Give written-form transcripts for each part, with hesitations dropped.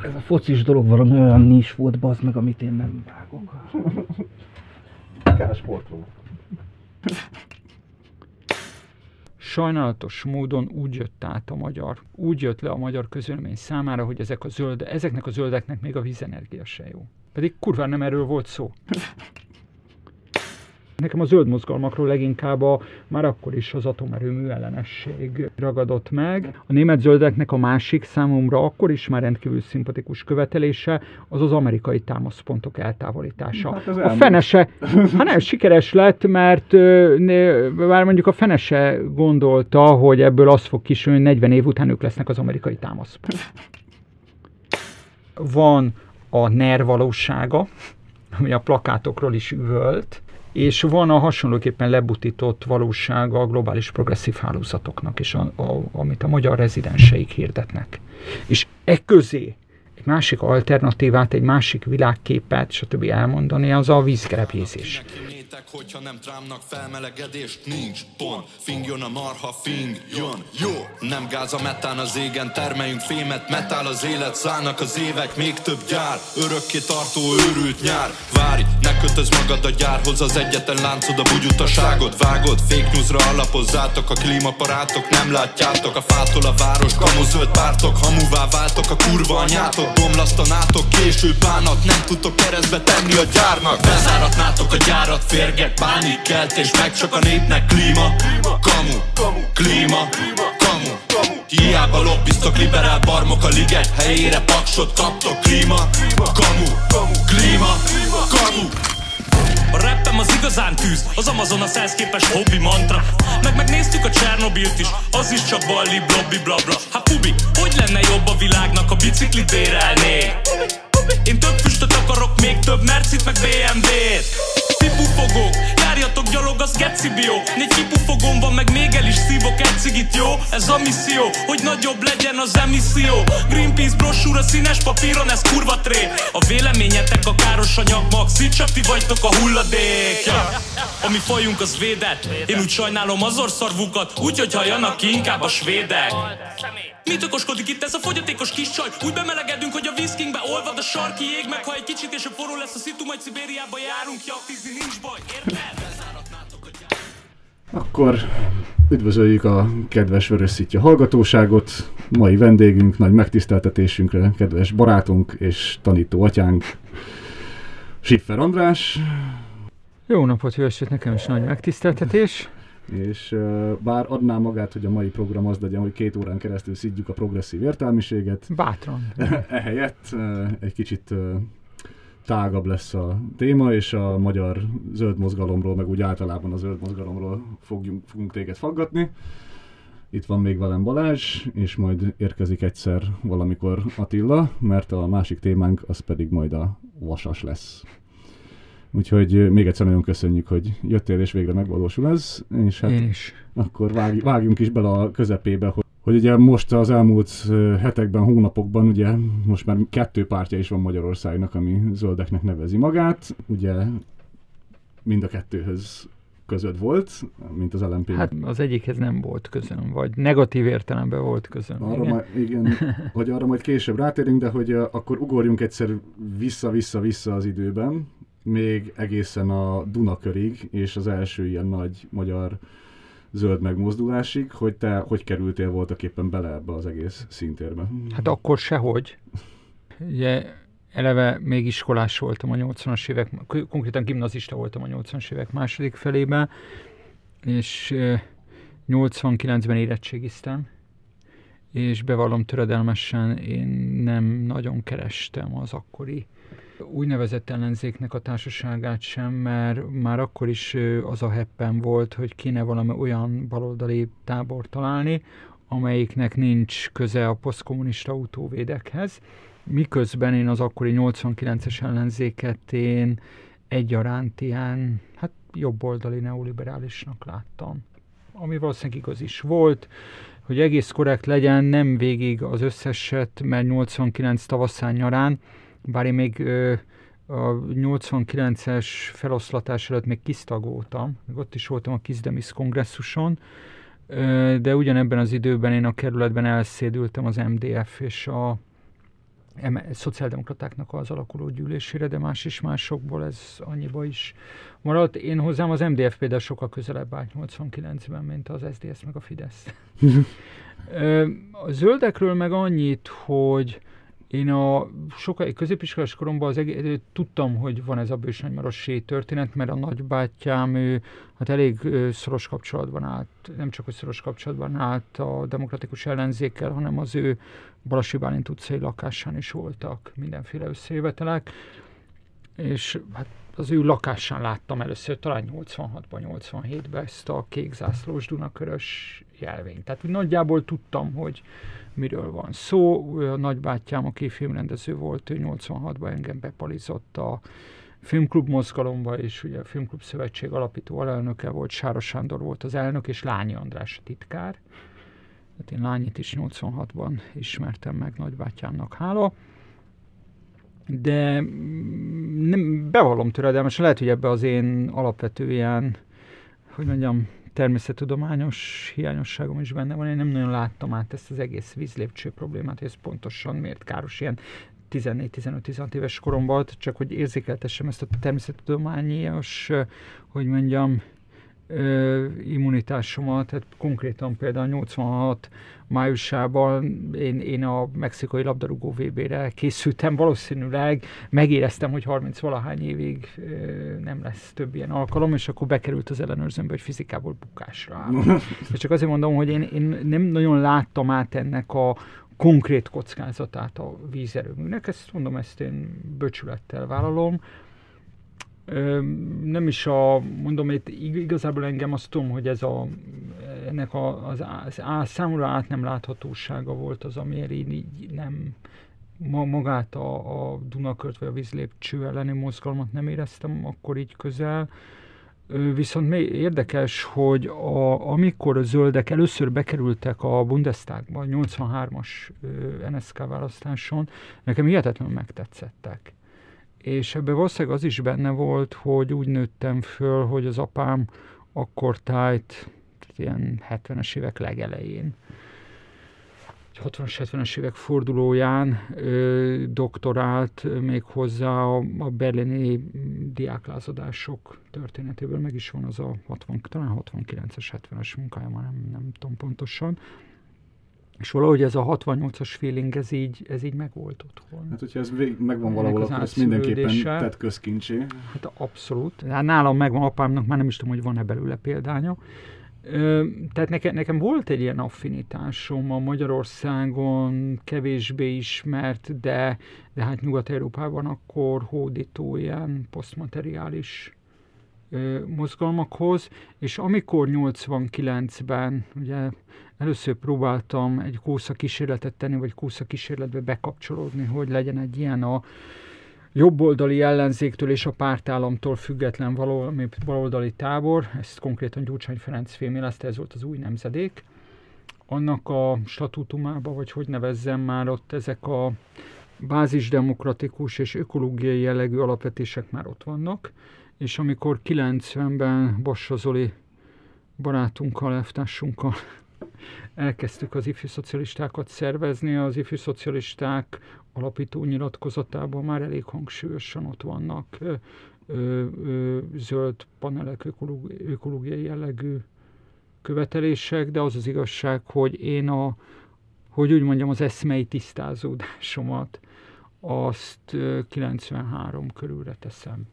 Ez a focis dolog valami olyan nis volt, bazd meg, amit én nem vágok. Kell sportról. Sajnálatos módon úgy jött le a magyar közvélemény számára, hogy ezeknek a zöldeknek még a vízenergia se jó. Pedig kurván nem erről volt szó. Nekem a zöld mozgalmakról leginkább már akkor is az atomerőmű ellenesség ragadott meg. A német zöldeknek a másik számomra akkor is már rendkívül szimpatikus követelése az amerikai támaszpontok eltávolítása. Hát a Fenese, nem sikeres lett, mert már mondjuk a Fenese gondolta, hogy ebből az fog kisülni, 40 év után ők lesznek az amerikai támaszpontok. Van a NER valósága, ami a plakátokról is üvölt, és van a hasonlóképpen lebutított valósága a globális progresszív hálózatoknak, és amit a magyar rezidenseik hirdetnek. És közé egy másik alternatívát, egy másik világképet, stb. Elmondani, az a vízgerebjézés. Hogyha nem trámnak felmelegedést, nincs pont. Fing jön a marha, fing jön, jó. Nem gáz a metán az égen, termeljünk fémet, metál az élet, szállnak az évek, még több gyár. Örökké tartó őrült nyár. Várj, ne kötöz magad a gyárhoz, az egyetlen láncod a bugyutaságot. Vágod, fake newsra alapozzátok, a klímaparátok nem látjátok. A fától a város, kamuzöld pártok, hamuvá váltok a kurva anyátok. Bomlasztanátok, késő bánat, nem tudtok keresztbe tenni a gyárnak. Bezáratnátok a gyárat, férgek, pánikkeltés, meg csak a népnek klíma. Kamu, klíma, kamu. Hiába lobbiztok, liberál barmok a liget helyére, paksot kaptok, klíma. Kamu, klíma, kamu. A rappem az igazán tűz, az Amazonas ehhez képest hobbi mantra. Megnéztük a Csernobilt is, az is csak balli, blobbi, blabla. Hát pubi, hogy lenne jobb a világnak, a biciklit bérelnék? Én több füstöt akarok, még több Mercit, meg BMW-t. Pipufogók, járjatok gyalog, az gecibió. 4 kipufogom van, meg még el is szívok egy cigit, jó? Ez a misszió, hogy nagyobb legyen az emisszió. Greenpeace brosúra színes papíron, ez kurva tré. A véleményetek a káros anyag max, így csak ti vagytok a hulladék, ja. A mi fajunk az védett, én úgy sajnálom az orszarvukat, úgyhogy halljanak ki inkább a svédek. Mit okoskodik itt ez a fogyatékos kis csaj? Úgy bemelegedünk, hogy a viszkingbe olvad a sarki jég, meg ha egy kicsit és forró lesz a szitu, majd Szibériába járunk, jaktizni nincs baj, érted? Akkor üdvözöljük a kedves Vörös Szitja hallgatóságot, mai vendégünk, nagy megtiszteltetésünkre, kedves barátunk és tanító atyánk, Schiffer András. Jó napot, jó estét, nekem is nagy megtiszteltetés. És bár adná magát, hogy a mai program az legyen, hogy 2 órán keresztül szidjuk a progresszív értelmiséget. Bátran. Ehelyett egy kicsit tágabb lesz a téma, és a magyar zöld mozgalomról, meg úgy általában a zöld mozgalomról fogunk téged faggatni. Itt van még velem Balázs, és majd érkezik egyszer valamikor Attila, mert a másik témánk az pedig majd a vasas lesz. Úgyhogy még egyszer nagyon köszönjük, hogy jöttél, és végre megvalósul ez. És hát én is. Akkor vágjunk is bele a közepébe, hogy ugye most az elmúlt hetekben, hónapokban ugye most már 2 pártja is van Magyarországnak, ami zöldeknek nevezi magát. Ugye mind a 2-höz közöd volt, mint az LMP. Hát az egyikhez nem volt közöm, vagy negatív értelemben volt közöm. Arra igen, hogy arra majd később rátérünk, de hogy akkor ugorjunk egyszer vissza az időben, még egészen a Dunakörig, és az első ilyen nagy magyar zöld megmozdulásig, hogy te hogy kerültél voltaképpen bele ebbe az egész színtérbe? Hát akkor sehogy. Ugye eleve még iskolás voltam a 80-as évek, konkrétan gimnazista voltam a 80-as évek második felében, és 89-ben érettségiztem, és bevallom töredelmesen, én nem nagyon kerestem az akkori úgynevezett ellenzéknek a társaságát sem, mert már akkor is az a heppen volt, hogy kéne valami olyan baloldali tábor találni, amelyiknek nincs köze a posztkommunista utóvédekhez. Miközben én az akkori 89-es ellenzéket én egyaránt ilyen, hát jobboldali neoliberálisnak láttam. Ami valószínűleg igaz is volt, hogy egész korrekt legyen, nem végig az összeset, mert 89 tavaszán nyarán, bár én még a 89-es feloszlatás előtt még kisztagoltam, még ott is voltam a Kisdemis kongresszuson, de ugyanebben az időben én a kerületben elszédültem az MDF szociáldemokratáknak az alakuló gyűlésére, de más és másokból ez annyiba is maradt. Én hozzám az MDF például sokkal közelebb állt 89-ben, mint az SZDSZ meg a Fidesz. A zöldekről meg annyit, hogy én a sokáig középiskolás koromban tudtam, hogy van ez a Bős-Nagymarosi történet, mert a nagybátyám, ő hát elég szoros kapcsolatban állt, nem csak hogy szoros kapcsolatban állt a demokratikus ellenzékkel, hanem az ő Balasi Bálint utcai lakásán is voltak mindenféle összejövetelek, és hát az ő lakásán láttam először, talán 86-ban, 87-ben ezt a kékzászlós Dunakörös jelvényt. Tehát nagyjából tudtam, hogy miről van szó. A nagybátyám, aki filmrendező volt, ő 86-ban engem bepalizott a Filmklub mozgalomba, és ugye a Filmklub Szövetség alapító alelnöke volt, Sáros Sándor volt az elnök, és Lányi András a titkár. Hát én Lányit is 86-ban ismertem meg nagybátyámnak hála. De nem, bevallom töredelmesen, lehet, hogy ebbe az én alapvető ilyen, hogy mondjam, természettudományos hiányosságom is benne van. Én nem nagyon láttam át ezt az egész vízlépcső problémát, hogy ez pontosan miért káros ilyen 14-15-16 éves koromban, csak hogy érzékeltessem ezt a természettudományos, hogy mondjam, immunitásomat, tehát konkrétan például 86 májusában én a mexikai labdarúgó VB-re készültem, valószínűleg megéreztem, hogy 30-valahány évig nem lesz több ilyen alkalom, és akkor bekerült az ellenőrzőmbe, hogy fizikából bukásra áll. És csak azért mondom, hogy én nem nagyon láttam át ennek a konkrét kockázatát a vízerőműnek, ezt mondom, ezt én becsülettel vállalom. Nem is mondom, hogy igazából engem azt tudom, hogy ennek az számomra át nem láthatósága volt az, amiért én így nem magát a Dunakört vagy a vízlépcső elleni mozgalmat nem éreztem akkor így közel. Viszont még érdekes, hogy amikor a zöldek először bekerültek a Bundestagba, a 83-as NSZK választáson, nekem hihetetlenül megtetszettek. És ebben valószínűleg az is benne volt, hogy úgy nőttem föl, hogy az apám akkortájt, ilyen 70-es évek legelején, 60-as, 70-es évek fordulóján doktorált még hozzá a berlini diáklázadások történetéből, meg is van az a talán 69-es, 70-es munkája, már nem tudom pontosan. És valahogy ez a 68-as feeling, ez így megvolt otthon. Hát, hogyha ez megvan valahol, akkor ezt mindenképpen tett közkincsé. Hát abszolút. Hát nálam megvan, apámnak már nem is tudom, hogy van-e belőle példánya. Tehát nekem volt egy ilyen affinitásom a Magyarországon kevésbé ismert, de hát Nyugat-Európában akkor hódító ilyen posztmateriális mozgalmakhoz, és amikor 89-ben ugye először próbáltam egy kószakísérletet tenni, vagy kószakísérletbe bekapcsolódni, hogy legyen egy ilyen a jobboldali ellenzéktől és a pártállamtól független baloldali tábor, ezt konkrétan Gyurcsány Ferenc fémjelezte, ez volt az új nemzedék. Annak a statútumában, vagy hogy nevezzem már, ott ezek a bázisdemokratikus és ökológiai jellegű alapvetések már ott vannak, és amikor 90-ben Bassa Zoli barátunkkal, elvtársunkkal elkezdtük az ifjú szocialistákat szervezni, az ifjú szocialisták alapító nyilatkozatában már elég hangsúlyosan ott vannak zöld panelek, ökológiai jellegű követelések, de az az igazság, hogy én hogy úgy mondjam, az eszmei tisztázódásomat azt 93 körülre teszem.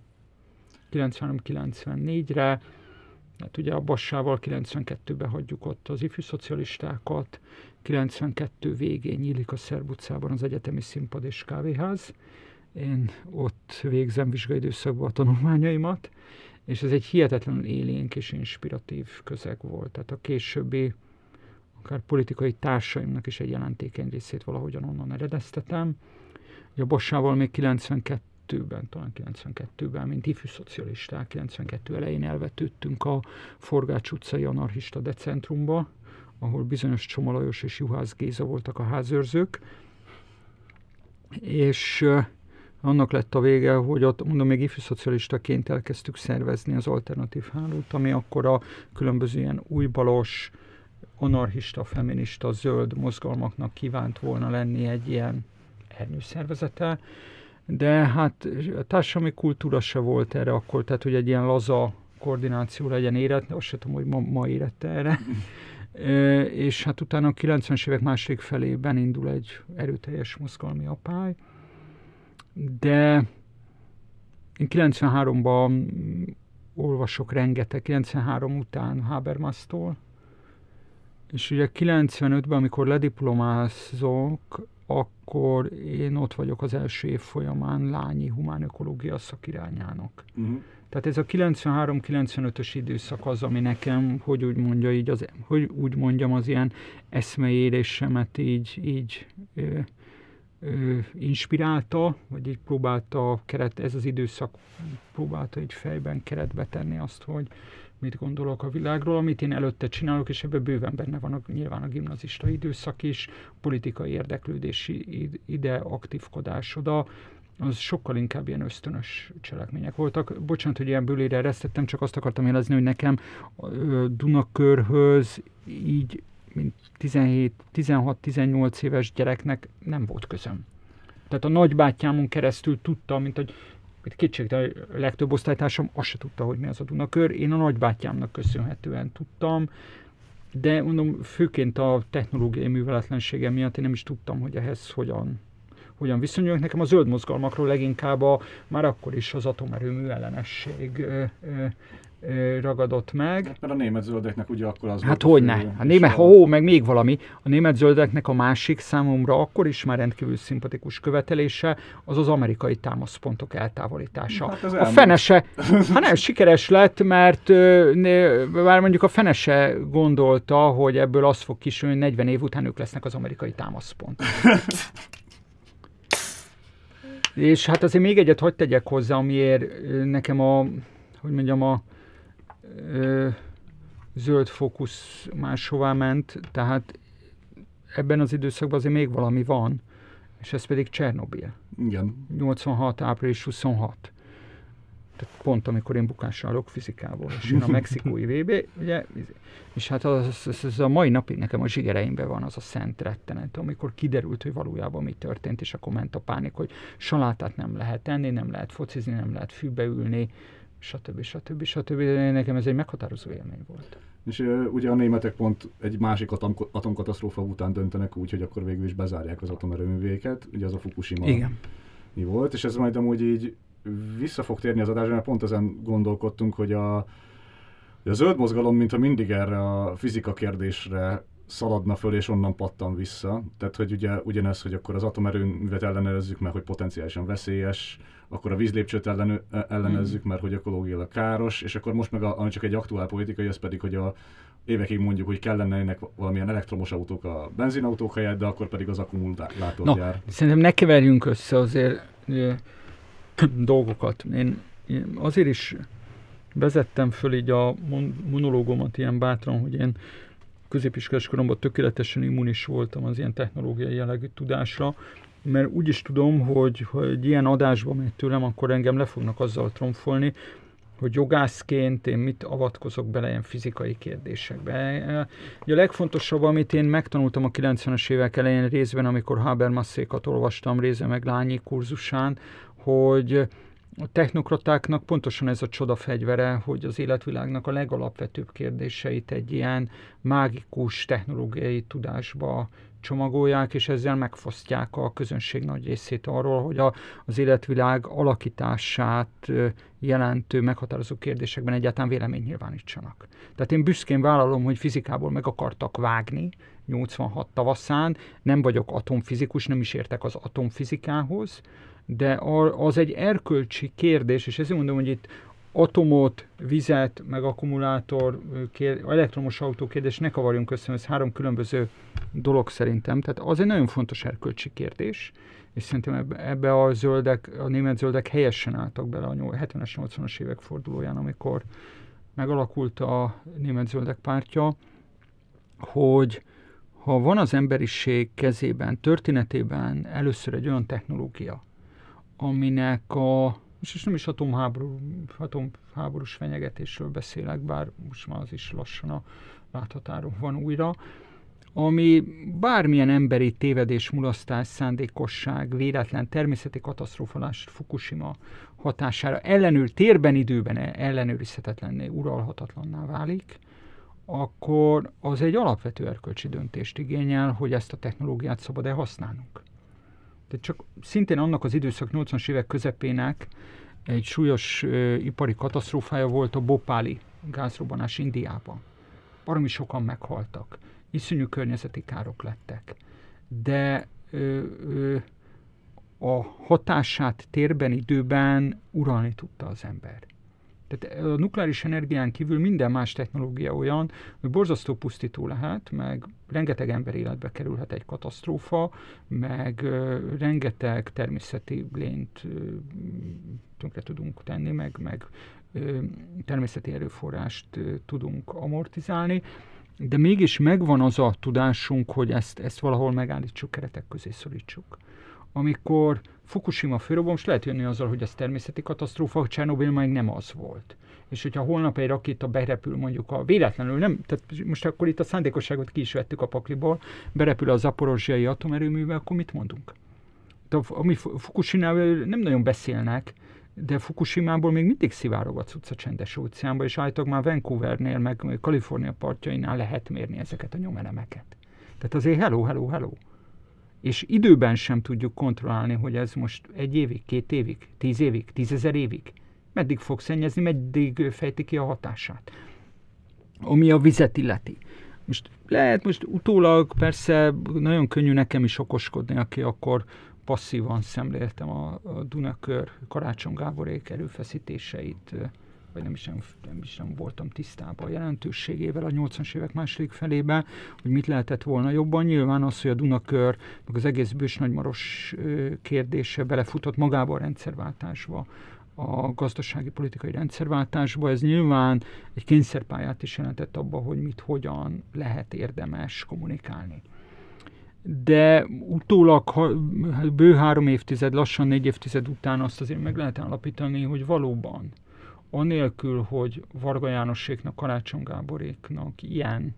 93-94-re, hát ugye a Bassával 92-ben hagyjuk ott az ifjú szocialistákat, 92 végén nyílik a Szerb utcában az egyetemi színpad és kávéház. Én ott végzem vizsgaidőszakban a tanulmányaimat, és ez egy hihetetlenül élénk és inspiratív közeg volt. Tehát a későbbi, akár politikai társaimnak is egy jelentékeny részét valahogyan onnan eredeztetem. A Bassával még talán 92-ben, mint ifjú szocialisták, 92 elején elvetődtünk a Forgács utcai anarchista decentrumba, ahol bizonyos Csoma Lajos és Juhász Géza voltak a házőrzők, és annak lett a vége, hogy ott, mondom, még ifjú szocialistaként elkezdtük szervezni az alternatív hálót, ami akkor a különböző ilyen újbalos, anarchista, feminista, zöld mozgalmaknak kívánt volna lenni egy ilyen ernyőszervezete, de hát a társadalmi kultúra se volt erre akkor, tehát hogy egy ilyen laza koordináció legyen érett, azt sem tudom, hogy ma érette erre. És hát utána a 90-es évek második felében indul egy erőteljes mozgalmi apály, de én 93-ban olvasok rengeteg, 93 után Habermastól, és ugye 95-ben, amikor lediplomázok, akkor én ott vagyok az első év folyamán lányi humánökológia szakirányának. Tehát ez a 93-95-ös időszak az, ami nekem, hogy úgy mondja, így hogy úgy mondjam, az ilyen eszmeérésemet így inspirálta, vagy így próbálta ez az időszak próbálta így fejben keretbe tenni azt, hogy mit gondolok a világról, amit én előtte csinálok, és ebben bőven benne van nyilván a gimnazista időszak is, politikai érdeklődési ide, aktívkodás oda, az sokkal inkább ilyen ösztönös cselekmények voltak. Bocsánat, hogy ilyen bőlére eresztettem, csak azt akartam jelezni, hogy nekem Dunakörhöz így, mint 16-18 éves gyereknek nem volt közöm. Tehát a nagybátyámon keresztül tudtam, mint hogy kétségtelen a legtöbb osztálytársam azt se tudta, hogy mi az a Dunakör. Én a nagybátyámnak köszönhetően tudtam, de mondom, főként a technológiai műveletlensége miatt én nem is tudtam, hogy ehhez hogyan viszonyuljak. Nekem a zöld mozgalmakról leginkább már akkor is az atomerőmű ellenesség ragadott meg. Hát, mert a német zöldeknek ugye akkor az hát volt. Hát hogyne. Meg még valami. A német zöldeknek a másik számomra akkor is már rendkívül szimpatikus követelése az az amerikai támaszpontok eltávolítása. Hát a fenese, nem sikeres lett, mert már mondjuk a fenese gondolta, hogy ebből az fog kisülni, 40 év után ők lesznek az amerikai támaszpont. És hát azért még egyet hadd tegyek hozzá, amiért nekem a zöld fókusz máshová ment, tehát ebben az időszakban azért még valami van, és ez pedig Csernobil. Igen. 86. április 26. Tehát pont amikor én bukásra állok fizikából, és jön a mexikói VB, ugye, és hát az a mai napig nekem a zsigereimben van az a szent rettenet, amikor kiderült, hogy valójában mi történt, és akkor ment a pánik, hogy salátát nem lehet enni, nem lehet focizni, nem lehet fűbe ülni, stb. Nekem ez egy meghatározó élmény volt. És ugye a németek pont egy másik atomkatasztrófa után döntenek úgy, hogy akkor végül is bezárják az atomerőművéket, ugye az a Fukushima volt, és ez majd amúgy így vissza fog térni az adásra, mert pont ezen gondolkodtunk, hogy a zöld mozgalom mintha mindig erre a fizika kérdésre szaladna föl, és onnan pattan vissza. Tehát, hogy ugye ugyanez, hogy akkor az atomerőművet ellenezzük, mert hogy potenciálisan veszélyes, akkor a vízlépcsőt ellenezzük, mert hogy ökológiailag káros, és akkor most meg ami csak egy aktuál politikai, az pedig, hogy évekig mondjuk, hogy kellenének valamilyen elektromos autók a benzinautók helyett, de akkor pedig az akkumulátor jár. Szerintem ne keverjünk össze azért dolgokat. Én azért is vezettem föl így a monológomat ilyen bátran, hogy én középiskolás koromban tökéletesen immunis voltam az ilyen technológiai jellegű tudásra, mert úgy is tudom, hogy ilyen adásba megy tőlem, akkor engem le fognak azzal tromfolni, hogy jogászként én mit avatkozok bele ilyen fizikai kérdésekbe. Ugye a legfontosabb, amit én megtanultam a 90-es évek elején részben, amikor Habermasékat olvastam, részben meg Lányi kurzusán, hogy a technokratáknak pontosan ez a csodafegyvere, hogy az életvilágnak a legalapvetőbb kérdéseit egy ilyen mágikus technológiai tudásba csomagolják, és ezzel megfosztják a közönség nagy részét arról, hogy az életvilág alakítását jelentő, meghatározó kérdésekben egyáltalán véleményt nyilvánítsanak. Tehát én büszkén vállalom, hogy fizikából meg akartak vágni 86 tavaszán, nem vagyok atomfizikus, nem is értek az atomfizikához, de az egy erkölcsi kérdés, és ezért mondom, hogy itt atomot, vizet, meg akkumulátor, elektromos autó kérdés, ne kavarjunk össze, ez 3 különböző dolog szerintem. Tehát az egy nagyon fontos erkölcsi kérdés, és szerintem ebbe a német zöldek helyesen álltak bele a 70-es, 80-as évek fordulóján, amikor megalakult a német zöldek pártja, hogy ha van az emberiség kezében, történetében először egy olyan technológia, aminek és nem is atomháborús fenyegetésről beszélek, bár most már az is lassan a láthatáron van újra, ami bármilyen emberi tévedés, mulasztás, szándékosság, véletlen, természeti katasztrófalás Fukushima hatására térben, időben ellenőrizhetetlenné, uralhatatlanná válik, akkor az egy alapvető erkölcsi döntést igényel, hogy ezt a technológiát szabad-e használnunk. De csak szintén annak az időszak 80-as évek közepének egy súlyos ipari katasztrófája volt a Bhopali gázrobbanás Indiában. Baromi sokan meghaltak, iszonyú környezeti károk lettek, de a hatását térben, időben uralni tudta az ember. Tehát a nukleáris energián kívül minden más technológia olyan, hogy borzasztó pusztító lehet, meg rengeteg ember életbe kerülhet egy katasztrófa, meg rengeteg természeti lényt tönkre tudunk tenni, meg természeti erőforrást tudunk amortizálni, de mégis megvan az a tudásunk, hogy ezt valahol megállítsuk, keretek közé szorítsuk. Amikor Fukushima fölrobban, most lehet jönni azzal, hogy ez természeti katasztrófa, Csernobil meg nem az volt. És hogyha holnap egy rakéta berepül mondjuk véletlenül, nem, tehát most akkor itt a szándékosságot ki is vettük a pakliból, berepül a zaporozsjai atomerőművel, akkor mit mondunk? Ami Fukushimából nem nagyon beszélnek, de Fukushimából még mindig szivárog a cucc a Csendes óceánba, és állítólag már Vancouvernél, meg Kalifornia partjainál lehet mérni ezeket a nyomelemeket. Tehát azért hello. És időben sem tudjuk kontrollálni, hogy ez most 1 évig, 2 évig, 10 évig, 10 000 évig. Meddig fog szennyezni, meddig fejti ki a hatását. Ami a vizet illeti. Most utólag persze nagyon könnyű nekem is okoskodni, aki akkor passzívan szemléltem a Dunakör Karácsony Gáborék erőfeszítéseit, vagy nem is voltam tisztában a jelentőségével a 80-as évek második felében, hogy mit lehetett volna jobban. Nyilván az, hogy a Dunakör, meg az egész Bős-Nagymaros kérdése belefutott magába a rendszerváltásba, a gazdasági politikai rendszerváltásba, ez nyilván egy kényszerpályát is jelentett abba, hogy mit, hogyan lehet érdemes kommunikálni. De utólag bő 3 évtized, lassan 4 évtized után azt azért meg lehet állapítani, hogy valóban anélkül, hogy Varga Jánoséknak, Karácsony Gáboréknak ilyen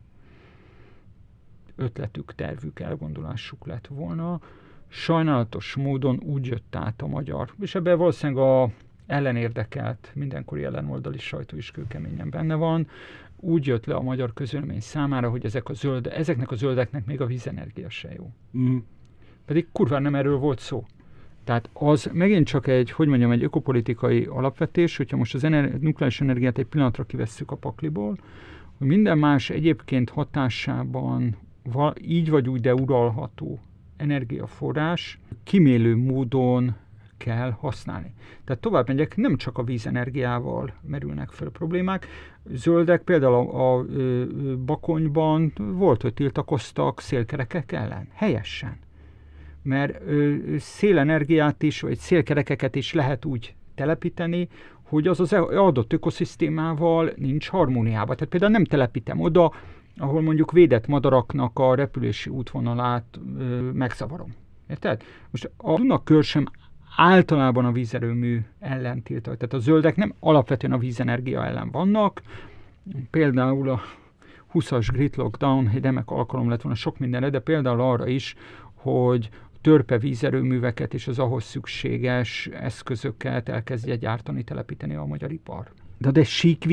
ötletük, tervük, elgondolásuk lett volna, sajnálatos módon úgy jött át a magyar, és ebben valószínűleg a ellenérdekelt, mindenkori ellenoldali sajtó is kőkeményen benne van, úgy jött le a magyar közvélemény számára, hogy ezeknek a zöldeknek még a vízenergia se jó. Pedig kurván nem erről volt szó. Tehát az megint csak egy ökopolitikai alapvetés, hogyha most az nukleáris energiát egy pillanatra kivesszük a pakliból, hogy minden más egyébként hatásában így vagy úgy, de uralható energiaforrás kimélő módon kell használni. Tehát tovább megyek, nem csak a vízenergiával merülnek fel problémák. Zöldek például a Bakonyban volt, hogy tiltakoztak szélkerekek ellen. Helyesen. Mert szélenergiát is, vagy szélkerekeket is lehet úgy telepíteni, hogy az adott ökoszisztémával nincs harmóniában. Tehát például nem telepítem oda, ahol mondjuk védett madaraknak a repülési útvonalát megzavarom. Érted? Most a Dunakör sem általában a vízerőmű ellen tiltani. Tehát a zöldek nem alapvetően a vízenergia ellen vannak. Például a 20-as Grid Lockdown egy remek alkalom lett volna sok mindenre, de például arra is, hogy törpe vízerőműveket és az ahhoz szükséges eszközöket elkezdje gyártani, telepíteni a magyar ipar. De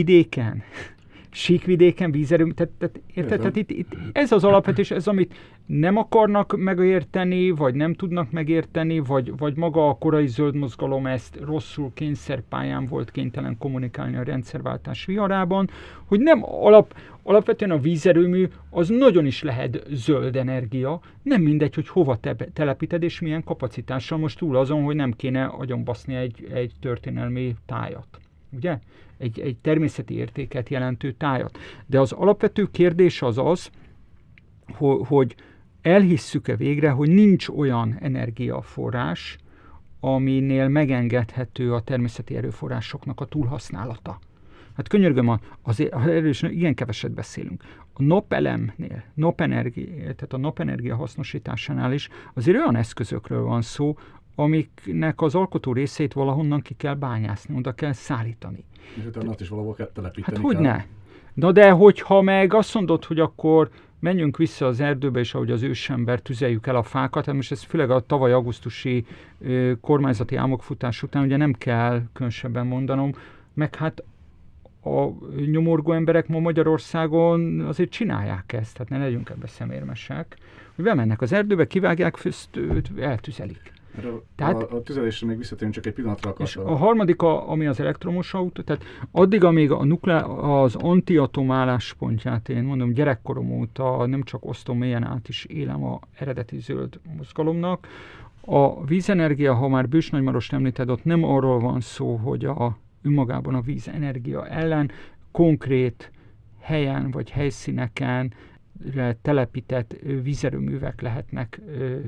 síkvidéken vízerőmű, tehát itt ez az alapvetés, ez amit nem akarnak megérteni, vagy nem tudnak megérteni, vagy maga a korai zöld mozgalom ezt rosszul kényszerpályán volt kénytelen kommunikálni a rendszerváltás viharában, hogy nem alapvetően a vízerőmű az nagyon is lehet zöld energia, nem mindegy, hogy hova telepíted és milyen kapacitással, most túl azon, hogy nem kéne agyonbaszni egy történelmi tájat. Ugye? Egy természeti értéket jelentő tájat. De az alapvető kérdés az, hogy elhisszük-e végre, hogy nincs olyan energiaforrás, aminél megengedhető a természeti erőforrásoknak a túlhasználata. Hát könyörgöm, erről is igen keveset beszélünk. A napelemnél, tehát a napenergia hasznosításánál is azért olyan eszközökről van szó, amiknek az alkotó részét valahonnan ki kell bányászni, oda kell szállítani. És utána azt is valahol kell telepíteni. Hát hogy ne? Na de hogyha meg azt mondod, hogy akkor menjünk vissza az erdőbe, és ahogy az ősember tüzeljük el a fákat. Hát most ez főleg a tavaly augusztusi kormányzati álmokfutás után ugye nem kell különösebben mondanom, meg hát a nyomorgó emberek ma Magyarországon azért csinálják ezt, tehát ne legyünk ebbe szemérmesek, hogy bemennek az erdőbe, kivágják, eltüzelik. Tehát, a tüzelésre még visszatérünk, csak egy pillanatra akartam. És a harmadik, ami az elektromos autó, tehát addig, amíg az antiatom álláspontját én mondom gyerekkorom óta nem csak osztom, mélyen át is élem a eredeti zöld mozgalomnak. A vízenergia, ha már Bős-Nagymarost említed, ott nem arról van szó, hogy önmagában a vízenergia ellen konkrét helyen vagy helyszíneken telepített vízerőművek lehetnek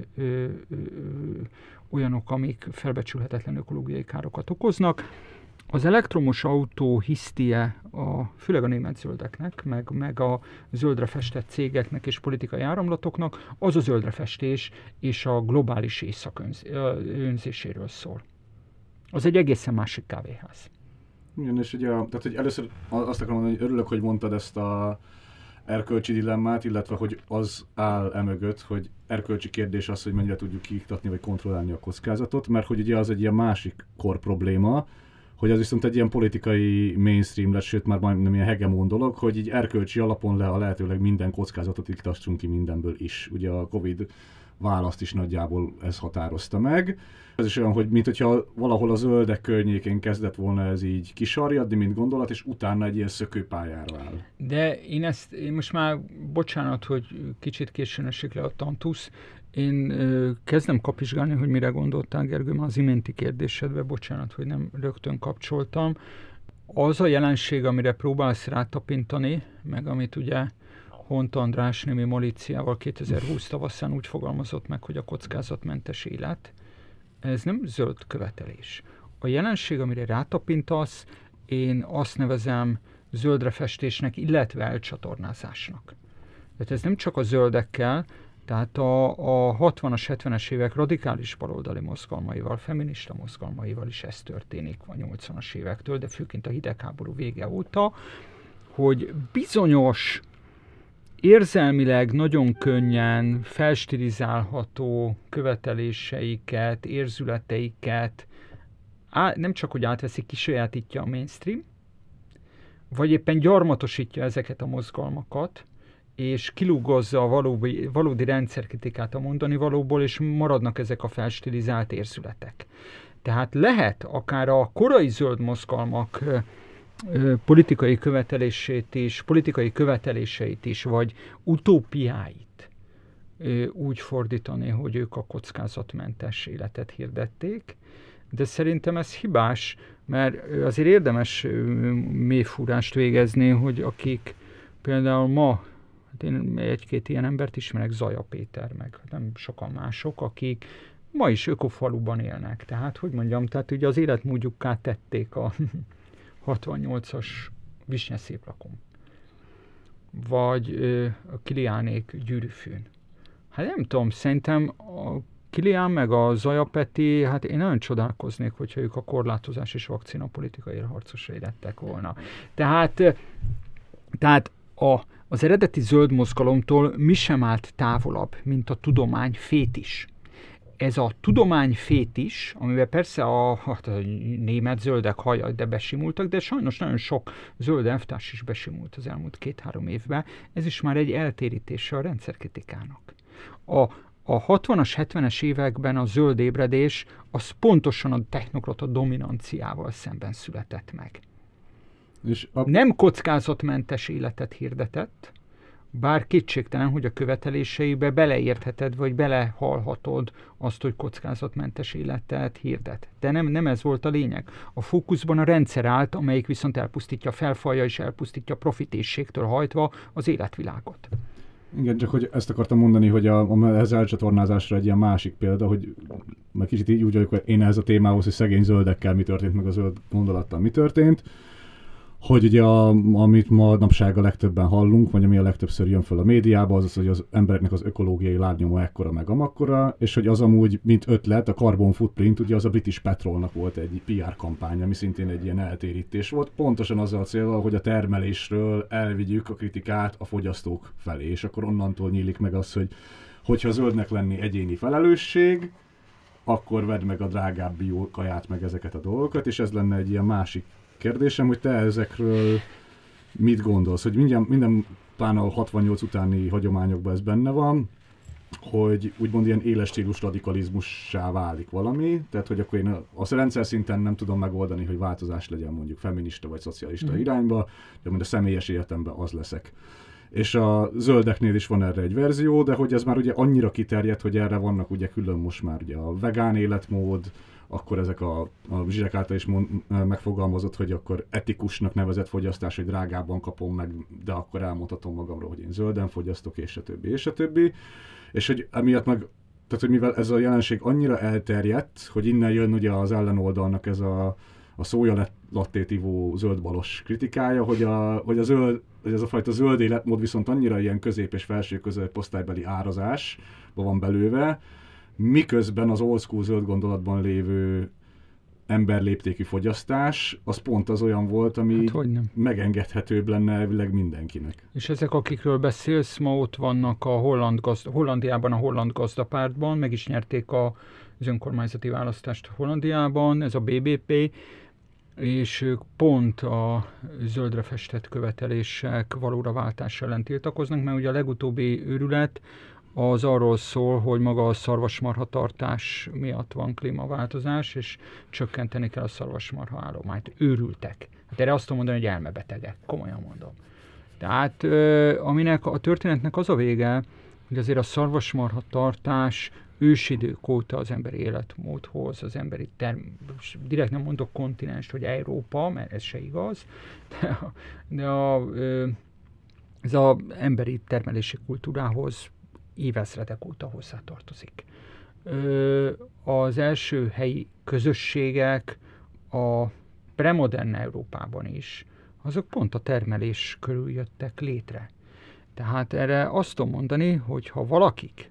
olyanok, amik felbecsülhetetlen ökológiai károkat okoznak. Az elektromos autó hisztie főleg a német zöldeknek, meg a zöldre festett cégeknek és politikai áramlatoknak az a zöldre festés és a globális éjszak önzéséről szól. Az egy egészen másik kávéház. Igen, és ugye, tehát, hogy először azt akarom mondani, hogy örülök, hogy mondtad ezt a erkölcsi dilemmát, illetve hogy az áll emögött, hogy erkölcsi kérdés az, hogy mennyire tudjuk kiiktatni vagy kontrollálni a kockázatot, mert hogy ugye az egy ilyen másik kor probléma, hogy az viszont egy ilyen politikai mainstream lett, sőt már majdnem ilyen hegemon dolog, hogy így erkölcsi alapon a lehetőleg minden kockázatot iktassunk ki mindenből is. Ugye a Covid választ is nagyjából ez határozta meg. Ez is olyan, hogy mintha valahol a zöldek környékén kezdett volna ez így kisarjadni, mint gondolat, és utána egy ilyen szökőpályára áll. De én most már, bocsánat, hogy kicsit későn esik le a tantusz, én kezdem kapizsgálni, hogy mire gondoltál, Gergő, már az iménti kérdésedbe, bocsánat, hogy nem rögtön kapcsoltam. Az a jelenség, amire próbálsz rátapintani, meg amit ugye Hont András némi Malíciával 2020 tavaszán úgy fogalmazott meg, hogy a kockázatmentes élet, ez nem zöld követelés. A jelenség, amire rátapintasz, én azt nevezem zöldre festésnek, illetve elcsatornázásnak. Tehát ez nem csak a zöldekkel, tehát a 60-as, 70-es évek radikális baloldali mozgalmaival, feminista mozgalmaival is ez történik a 80-as évektől, de főként a hidegháború vége óta, hogy bizonyos érzelmileg nagyon könnyen felstilizálható követeléseiket, érzületeiket nem csak, hogy átveszik, kisajátítja a mainstream, vagy éppen gyarmatosítja ezeket a mozgalmakat, és kilúgozza a valódi rendszerkritikát a mondani valóból, és maradnak ezek a felstilizált érzületek. Tehát lehet akár a korai zöld mozgalmak politikai követeléseit is, vagy utópiáit úgy fordítani, hogy ők a kockázatmentes életet hirdették, de szerintem ez hibás, mert azért érdemes mélyfúrást végezni, hogy akik például ma, hát én egy-két ilyen embert ismerek, Zaja Péter, meg nem sokan mások, akik ma is ökofaluban élnek. Tehát, hogy mondjam, tehát ugye az életmódjukká tették a 68-as Visnyeszéplakon, vagy a Kiliánék Gyűrűfűn. Hát nem tudom, szerintem a Kilián meg a Zaja Peti, hát én nagyon csodálkoznék, hogyha ők a korlátozás és vakcina politikai harcosai lettek volna. Tehát az eredeti zöld mozgalomtól mi sem állt távolabb, mint a tudomány fétis. Ez a tudomány fétis, amiben persze a német zöldek hajjal, de besimultak, de sajnos nagyon sok zöld elvtárs is besimult az elmúlt 2-3 évben, ez is már egy eltérítése a rendszerkritikának. A 60-as, 70-es években a zöld ébredés az pontosan a technokrata dominanciával szemben született meg. És nem kockázatmentes életet hirdetett, bár kétségtelen, hogy a követeléseibe beleértheted, vagy belehallhatod azt, hogy kockázatmentes életet hirdet. De nem ez volt a lényeg. A fókuszban a rendszer állt, amelyik viszont elpusztítja, felfalja és elpusztítja profitészségtől hajtva az életvilágot. Igen, csak hogy ezt akartam mondani, hogy ez elcsatornázásra egy ilyen másik példa, hogy meg kicsit így úgy vagyok, hogy én ehhez a témához, hogy szegény zöldekkel mi történt, meg a zöld gondolattal mi történt. hogy ugye amit ma napság a legtöbben hallunk, vagy ami a legtöbbször jön föl a médiába, az, hogy az embereknek az ökológiai lábnyoma ekkora meg amakkora, és hogy az amúgy, mint ötlet, a carbon footprint, ugye az a British Petrolnak volt egy PR kampány, ami szintén egy ilyen eltérítés volt, pontosan azzal a céllal, hogy a termelésről elvigyük a kritikát a fogyasztók felé, és akkor onnantól nyílik meg az, hogy hogyha zöldnek lenni egyéni felelősség, akkor vedd meg a drágább bio kaját, meg ezeket a dolgokat, és ez lenne egy ilyen másik kérdésem, hogy te ezekről mit gondolsz, hogy minden pláne a 68 utáni hagyományokban ez benne van, hogy úgymond ilyen éles stílus radikalizmussá válik valami, tehát hogy akkor én a rendszer szinten nem tudom megoldani, hogy változás legyen mondjuk feminista vagy szocialista irányba, de majd a személyes életemben az leszek. És a zöldeknél is van erre egy verzió, de hogy ez már ugye annyira kiterjedt, hogy erre vannak ugye külön most már ugye a vegán életmód, akkor ezek a Zsirek által is megfogalmazott, hogy akkor etikusnak nevezett fogyasztás, hogy drágábban kapom meg, de akkor elmondhatom magamról, hogy én zölden fogyasztok, és a többi, és a többi. És hogy emiatt meg, tehát hogy mivel ez a jelenség annyira elterjedt, hogy innen jön ugye az ellenoldalnak ez a szója lattét ivó zöldbalos kritikája, hogy ez a fajta zöld életmód viszont annyira ilyen közép- és felső középosztálybeli árazásba van belőve, miközben az old school zöld gondolatban lévő emberléptékű fogyasztás, az pont az olyan volt, ami megengedhetőbb lenne elvileg mindenkinek. És ezek, akikről beszélsz, ma ott vannak a Hollandiában, a Holland Gazdapártban, meg is nyerték az önkormányzati választást Hollandiában, ez a BBP, és ők pont a zöldre festett követelések valóra váltás ellen tiltakoznak, mert ugye a legutóbbi őrület az arról szól, hogy maga a szarvasmarha tartás miatt van klímaváltozás, és csökkenteni kell a szarvasmarha állományt. Őrültek. Hát erre azt tudom mondani, hogy elmebetegek. Komolyan mondom. Tehát aminek a történetnek az a vége, hogy azért a szarvasmarha tartás ősidők óta az emberi életmódhoz, az emberi direkt nem mondok kontinens, hogy Európa, mert ez se igaz, de ez az emberi termelési kultúrához évezredek óta hozzátartozik. Az első helyi közösségek a premodern Európában is, azok pont a termelés körül jöttek létre. Tehát erre azt tudom mondani, hogy ha valakik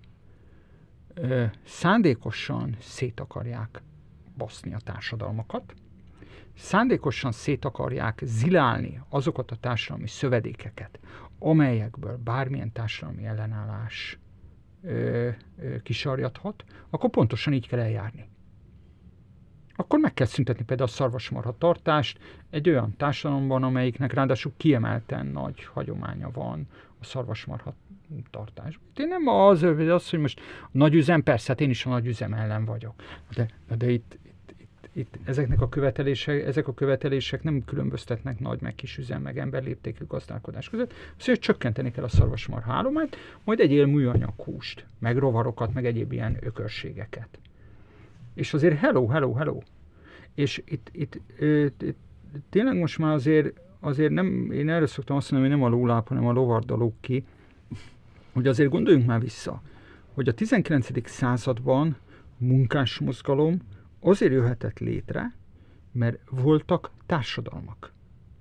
szándékosan szét akarják baszni a társadalmakat, szándékosan szét akarják zilálni azokat a társadalmi szövedékeket, amelyekből bármilyen társadalmi ellenállás kisarjadhat, akkor pontosan így kell eljárni. Akkor meg kell szüntetni például a szarvasmarha tartást egy olyan társadalomban, amelyiknek ráadásul kiemelten nagy hagyománya van a szarvasmarha tartásban. Én nem az, hogy most a nagyüzem, persze, hát én is a nagyüzem ellen vagyok. De itt ezek a követelések nem különböztetnek nagy meg kisüzem, meg emberléptékű gazdálkodás között. Azt, hogy csökkenteni kell a szarvasmarha állományt, majd egyél műanyag húst, meg rovarokat, meg egyéb ilyen ökörségeket. És azért hello. És itt tényleg most már azért nem, én erre szoktam azt mondani, hogy nem a lóláp, hanem a lovardalók ki, hogy azért gondoljunk már vissza, hogy a 19. században munkásmozgalom azért jöhetett létre, mert voltak társadalmak.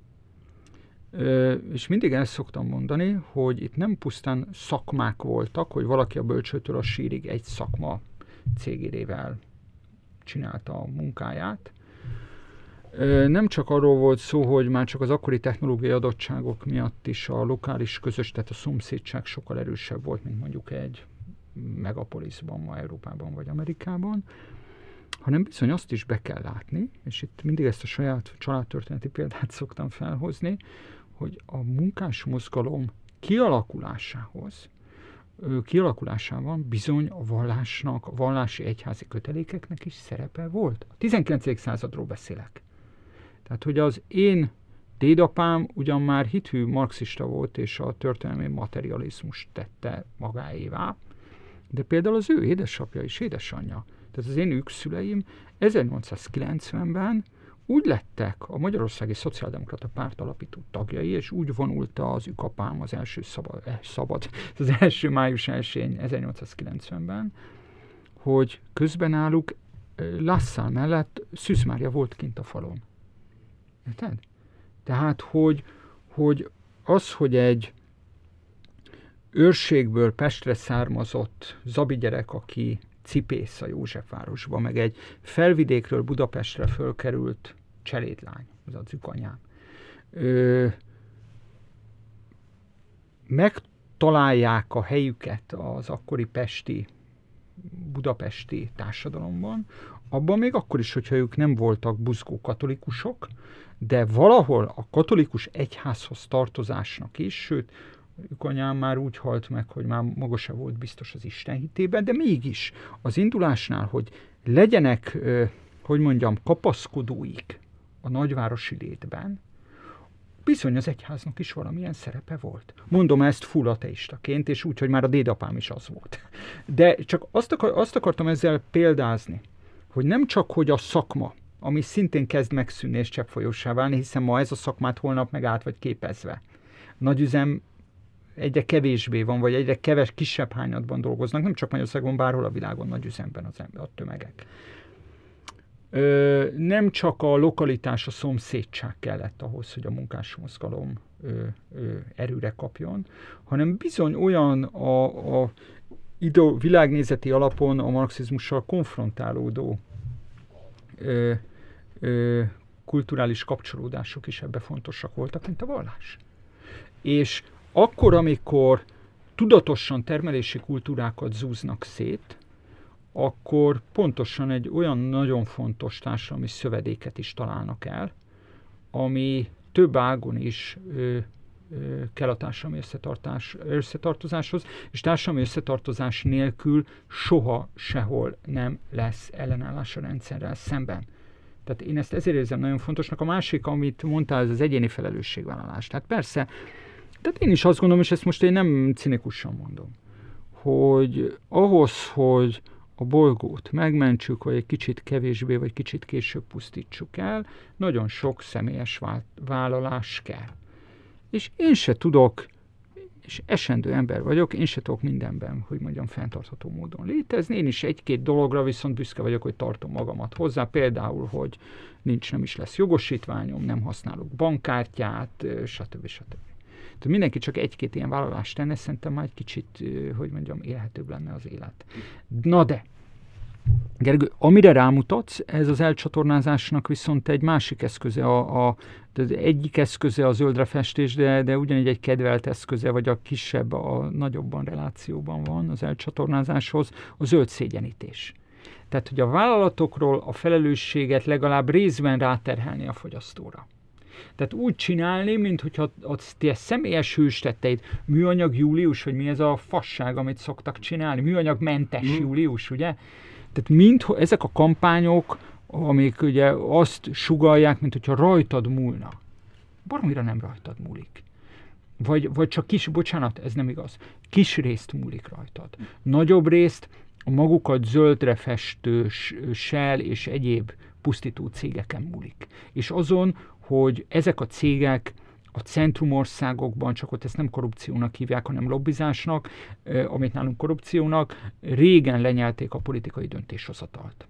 És mindig el szoktam mondani, hogy itt nem pusztán szakmák voltak, hogy valaki a bölcsőtől a sírig egy szakma cégérével csinálta a munkáját. Nem csak arról volt szó, hogy már csak az akkori technológiai adottságok miatt is a lokális tehát a szomszédság sokkal erősebb volt, mint mondjuk egy megapoliszban, ma Európában vagy Amerikában, hanem bizony azt is be kell látni, és itt mindig ezt a saját családtörténeti példát szoktam felhozni, hogy a munkásmozgalom kialakulásában bizony a vallásnak, a vallási egyházi kötelékeknek is szerepe volt. A 19. századról beszélek. Tehát, hogy az én dédapám ugyan már hithű marxista volt, és a történelmi materializmust tette magáévá, de például az ő édesapja és édesanyja, tehát az én őkszüleim 1890-ben úgy lettek a Magyarországi Szociáldemokrata Párt alapító tagjai, és úgy vonult az ükapám az első május 1-én 1890-ben, hogy közben náluk La Salle mellett Szűz Mária volt kint a falon. Érted? Tehát, hogy az, hogy egy őrségből Pestre származott zabi gyerek, aki cipész a Józsefvárosba, meg egy felvidékről Budapestre fölkerült cselédlány, az a Zükanyám, megtalálják a helyüket az akkori budapesti társadalomban, abban még akkor is, hogyha ők nem voltak buzgó katolikusok, de valahol a katolikus egyházhoz tartozásnak is, sőt, Zükanyám már úgy halt meg, hogy már maga se volt biztos az Isten hitében, de mégis az indulásnál, hogy legyenek, kapaszkodóik a nagyvárosi létben, bizony az egyháznak is valamilyen szerepe volt. Mondom ezt full ateistaként, és úgy, hogy már a dédapám is az volt. De csak azt akartam ezzel példázni, hogy nem csak, hogy a szakma, ami szintén kezd megszűnni és cseppfolyossá válni, hiszen ma ez a szakmát holnap meg át vagy képezve. Nagyüzem egyre kevésbé van, vagy egyre kisebb hányadban dolgoznak, nem csak Magyarországon, bárhol a világon nagyüzemben a tömegek. Nem csak a lokalitás, a szomszédság kellett ahhoz, hogy a munkásmozgalom erőre kapjon, hanem bizony olyan a világnézeti alapon a marxizmussal konfrontálódó kulturális kapcsolódások is ebbe fontosak voltak, mint a vallás. És akkor, amikor tudatosan termelési kultúrákat zúznak szét, akkor pontosan egy olyan nagyon fontos társadalmi szövedéket is találnak el, ami több ágon is kell a társadalmi összetartozáshoz, és társadalmi összetartozás nélkül soha sehol nem lesz ellenállás a rendszerrel szemben. Tehát én ezt ezért érzem nagyon fontosnak. A másik, amit mondtál, ez az egyéni felelősségvállalás. Tehát persze, tehát én is azt gondolom, és ezt most én nem cinikusan mondom, hogy ahhoz, hogy a bolygót megmentsük, vagy egy kicsit kevésbé, vagy kicsit később pusztítsuk el, nagyon sok személyes vállalás kell. És én se tudok, és esendő ember vagyok, én se tudok mindenben, hogy mondjam, fenntartható módon létezni. Én is egy-két dologra viszont büszke vagyok, hogy tartom magamat hozzá. Például, hogy nem is lesz jogosítványom, nem használok bankkártyát, stb. Tehát mindenki csak egy-két ilyen vállalást tenne, szerintem már egy kicsit, élhetőbb lenne az élet. Na de, Gergő, amire rámutatsz, ez az elcsatornázásnak viszont egy másik eszköze, de egyik eszköze a zöldre festés, de ugyanígy egy kedvelt eszköze, vagy a kisebb, a nagyobban relációban van az elcsatornázáshoz, a zöld szégyenítés. Tehát, hogy a vállalatokról a felelősséget legalább részben ráterhelni a fogyasztóra. Tehát úgy csinálni, mintha a személyes hőstetteid, műanyag július, vagy mi ez a fasság, amit szoktak csinálni, műanyagmentes július, ugye? Tehát ezek a kampányok, amik ugye azt sugallják, mint hogyha rajtad múlna. Baromira nem rajtad múlik. Vagy csak ez nem igaz, kis részt múlik rajtad. Nagyobb részt a magukat zöldre festő Shell és egyéb pusztító cégeken múlik. És azon, hogy ezek a cégek a centrumországokban, csak ott ezt nem korrupciónak hívják, hanem lobbizásnak, amit nálunk korrupciónak, régen lenyelték a politikai döntéshozatalt.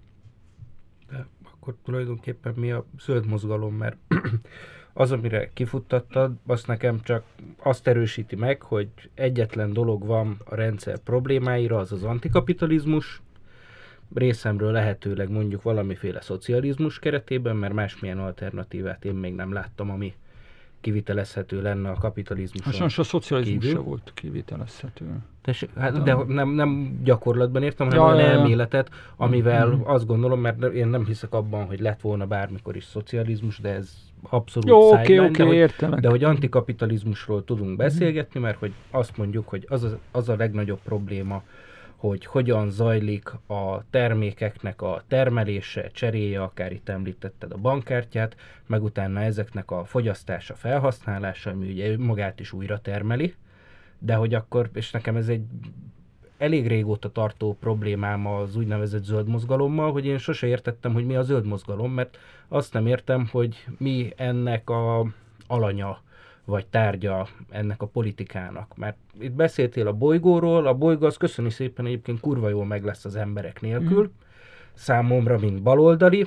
De akkor tulajdonképpen mi a zöld mozgalom, mert az, amire kifuttattad, azt nekem csak azt erősíti meg, hogy egyetlen dolog van a rendszer problémáira, az az antikapitalizmus, részemről lehetőleg mondjuk valamiféle szocializmus keretében, mert másmilyen alternatívát én még nem láttam, ami kivitelezhető lenne a kapitalizmuson. Most a szocializmus se volt kivitelezhető. De nem gyakorlatban értem, hanem olyan elméletet, amivel azt gondolom, mert én nem hiszek abban, hogy lett volna bármikor is szocializmus, de ez abszolút értelek. De hogy antikapitalizmusról tudunk beszélgetni, mert hogy azt mondjuk, hogy az a legnagyobb probléma, hogy hogyan zajlik a termékeknek a termelése, cseréje, akár itt említetted a bankkártyát, meg utána ezeknek a fogyasztása, felhasználása, ami ugye magát is újra termeli, de hogy akkor, és nekem ez egy elég régóta tartó problémám az úgynevezett zöld mozgalommal, hogy én sose értettem, hogy mi a zöld mozgalom, mert azt nem értem, hogy mi ennek a alanya, vagy tárgya ennek a politikának. Mert itt beszéltél a bolygóról, a bolygó az köszöni szépen egyébként kurva jól meg lesz az emberek nélkül, számomra mint baloldali,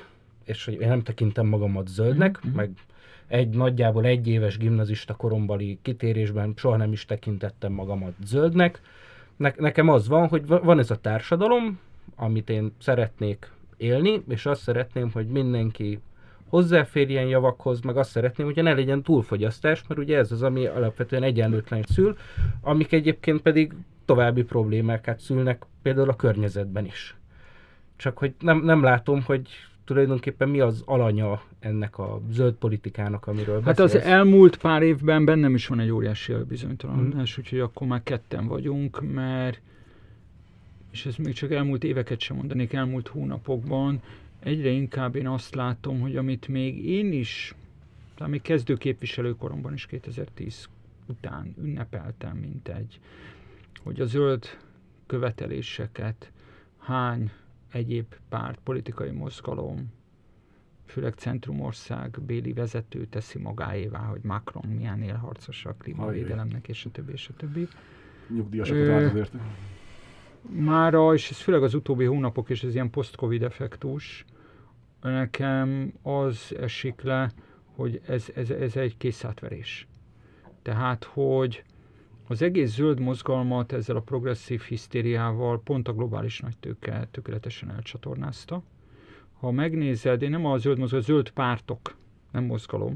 és hogy én nem tekintem magamat zöldnek, meg nagyjából egy éves gimnazista korombali kitérésben soha nem is tekintettem magamat zöldnek. Nekem az van, hogy van ez a társadalom, amit én szeretnék élni, és azt szeretném, hogy mindenki hozzáférjen javakhoz, meg azt szeretném, hogy ne legyen túlfogyasztás, mert ugye ez az, ami alapvetően egyenlőtlen szül, amik egyébként pedig további problémákat szülnek, például a környezetben is. Csak hogy nem látom, hogy tulajdonképpen mi az alanya ennek a zöld politikának, amiről beszélsz. Hát az elmúlt pár évben bennem is van egy óriási bizonytalanodás, úgyhogy akkor már ketten vagyunk, mert, és ez még csak elmúlt éveket sem mondanék, elmúlt hónapokban, egyre inkább én azt látom, hogy amit még én is, talán még kezdő képviselőkoromban is 2010 után ünnepeltem, hogy a zöld követeléseket hány egyéb párt, politikai mozgalom, főleg centrumország béli vezető teszi magáévá, hogy Macron milyen élharcos a klímavédelemnek, és a többi, és a többi. Nyugdíjasokat vált azért. Mára, és ez főleg az utóbbi hónapok, és ez ilyen post-covid effektus, nekem az esik le, hogy ez egy készátverés. Tehát, hogy az egész zöld mozgalmat ezzel a progresszív hisztériával pont a globális nagytőke tökéletesen elcsatornázta. Ha megnézed, én nem a zöld mozgalom, a zöld pártok, nem mozgalom,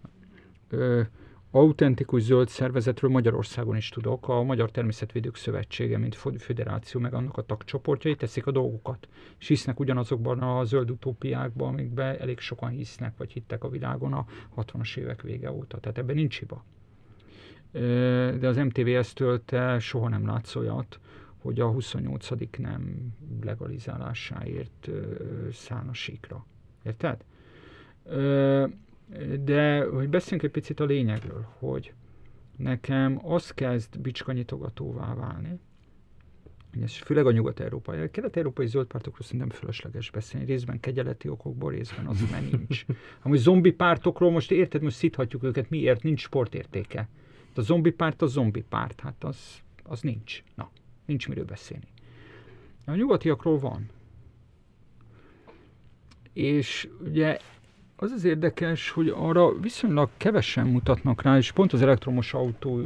autentikus zöld szervezetről Magyarországon is tudok. A Magyar Természetvédők Szövetsége, mint föderáció, meg annak a tagcsoportjai teszik a dolgokat. És hisznek ugyanazokban a zöld utópiákban, amikben elég sokan hisznek, vagy hittek a világon a 60-as évek vége óta. Tehát ebben nincs hiba. De az MTVS-től te soha nem látsz olyat, hogy a 28. nem legalizálásáért szállna síkra. Érted? De hogy beszéljünk egy picit a lényegről, hogy nekem az kezd bicskanyitogatóvá válni, és főleg a nyugat-európai, a kelet-európai zöld pártokról szerintem fölösleges beszélni, részben kegyeleti okokból, részben az, mert nincs. Amúgy zombi pártokról most érted, most szíthatjuk őket, miért nincs sportértéke. A zombi párt a zombi párt, hát az nincs. Na, nincs miről beszélni. A nyugatiakról van. És ugye az érdekes, hogy arra viszonylag kevesen mutatnak rá, és pont az elektromos autó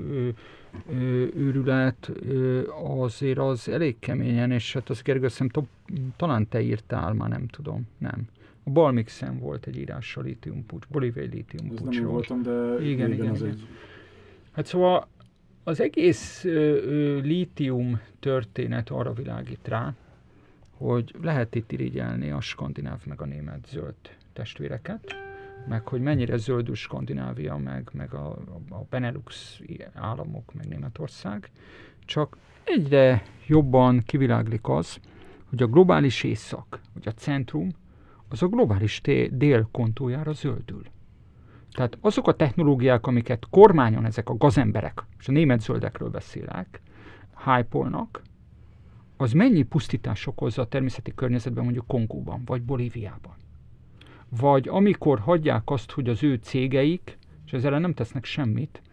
őrület azért az elég keményen, és hát az Gergő, talán te írtál, már nem tudom, nem. A Balmixen volt egy írás a lítiumpucs, bolíviai lítiumpucsról. Ez nem voltam, de igen. Egy... Hát szóval az egész lítium történet arra világít rá, hogy lehet itt irigyelni a skandináv meg a német zöld testvéreket, meg hogy mennyire zöldül Skandinávia, meg a Benelux államok, meg Németország, csak egyre jobban kiviláglik az, hogy a globális észak, vagy a centrum, az a globális dél kontójára zöldül. Tehát azok a technológiák, amiket kormányon ezek a gazemberek, és a német zöldekről beszélek, hype-olnak, az mennyi pusztítás okozza a természeti környezetben, mondjuk Kongóban, vagy Bolíviában. Vagy amikor hagyják azt, hogy az ő cégeik, és ezzel nem tesznek semmit,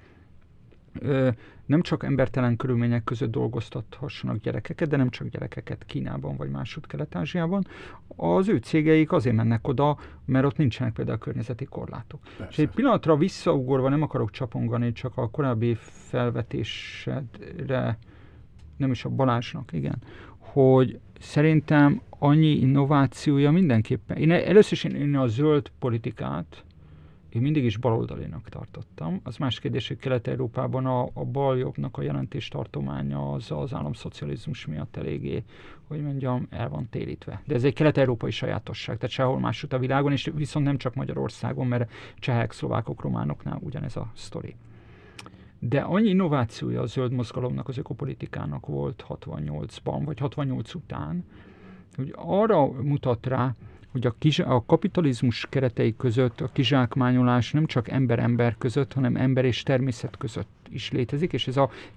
nem csak embertelen körülmények között dolgoztathassanak gyerekeket, de nem csak gyerekeket Kínában vagy máshogy Kelet-Ázsiában, az ő cégeik azért mennek oda, mert ott nincsenek például környezeti korlátok. Persze. És egy pillanatra visszaugorva, nem akarok csapongani, csak a korábbi felvetésedre, nem is a Balázsnak, igen, hogy szerintem annyi innovációja mindenképpen. Először én a zöld politikát én mindig is baloldalinak tartottam. Az más kérdés, hogy Kelet-Európában a baljobbnak a jelentéstartománya az államszocializmus miatt eléggé, hogy mondjam, el van térítve. De ez egy kelet-európai sajátosság, tehát sehol máshogy a világon, és viszont nem csak Magyarországon, mert csehek, szlovákok, románoknál ugyanez a sztori. De annyi innovációja a zöld mozgalomnak, az ökopolitikának volt 68-ban, vagy 68 után, hogy arra mutat rá, hogy a kapitalizmus keretei között a kizsákmányolás nem csak ember-ember között, hanem ember és természet között is létezik, és ez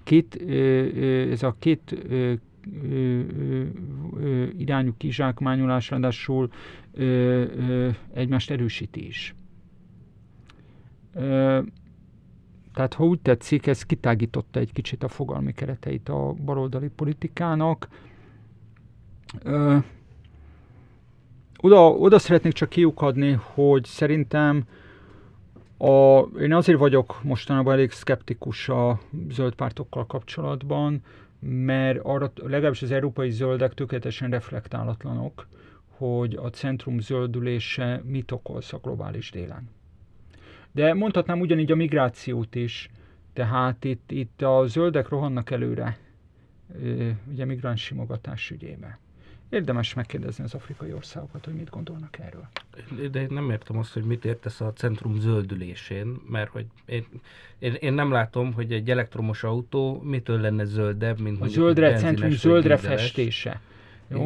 a két irányú kizsákmányolás ráadásul egymást erősíti is. Tehát, ha úgy tetszik, ez kitágította egy kicsit a fogalmi kereteit a baloldali politikának. oda szeretnék csak kiukadni, hogy szerintem én azért vagyok mostanában elég szkeptikus a zöld pártokkal kapcsolatban, mert arra legalábbis az európai zöldek tökéletesen reflektálatlanok, hogy a centrum zöldülése mit okoz a globális délen. De mondhatnám ugyanígy a migrációt is, tehát itt a zöldek rohannak előre, ugye migráns simogatás ügyébe. Érdemes megkérdezni az afrikai országokat, hogy mit gondolnak erről. De én nem értem azt, hogy mit értesz a centrum zöldülésén, mert hogy én nem látom, hogy egy elektromos autó mitől lenne zöldebb, mint a zöldre, centrum zöldre festése. Jó?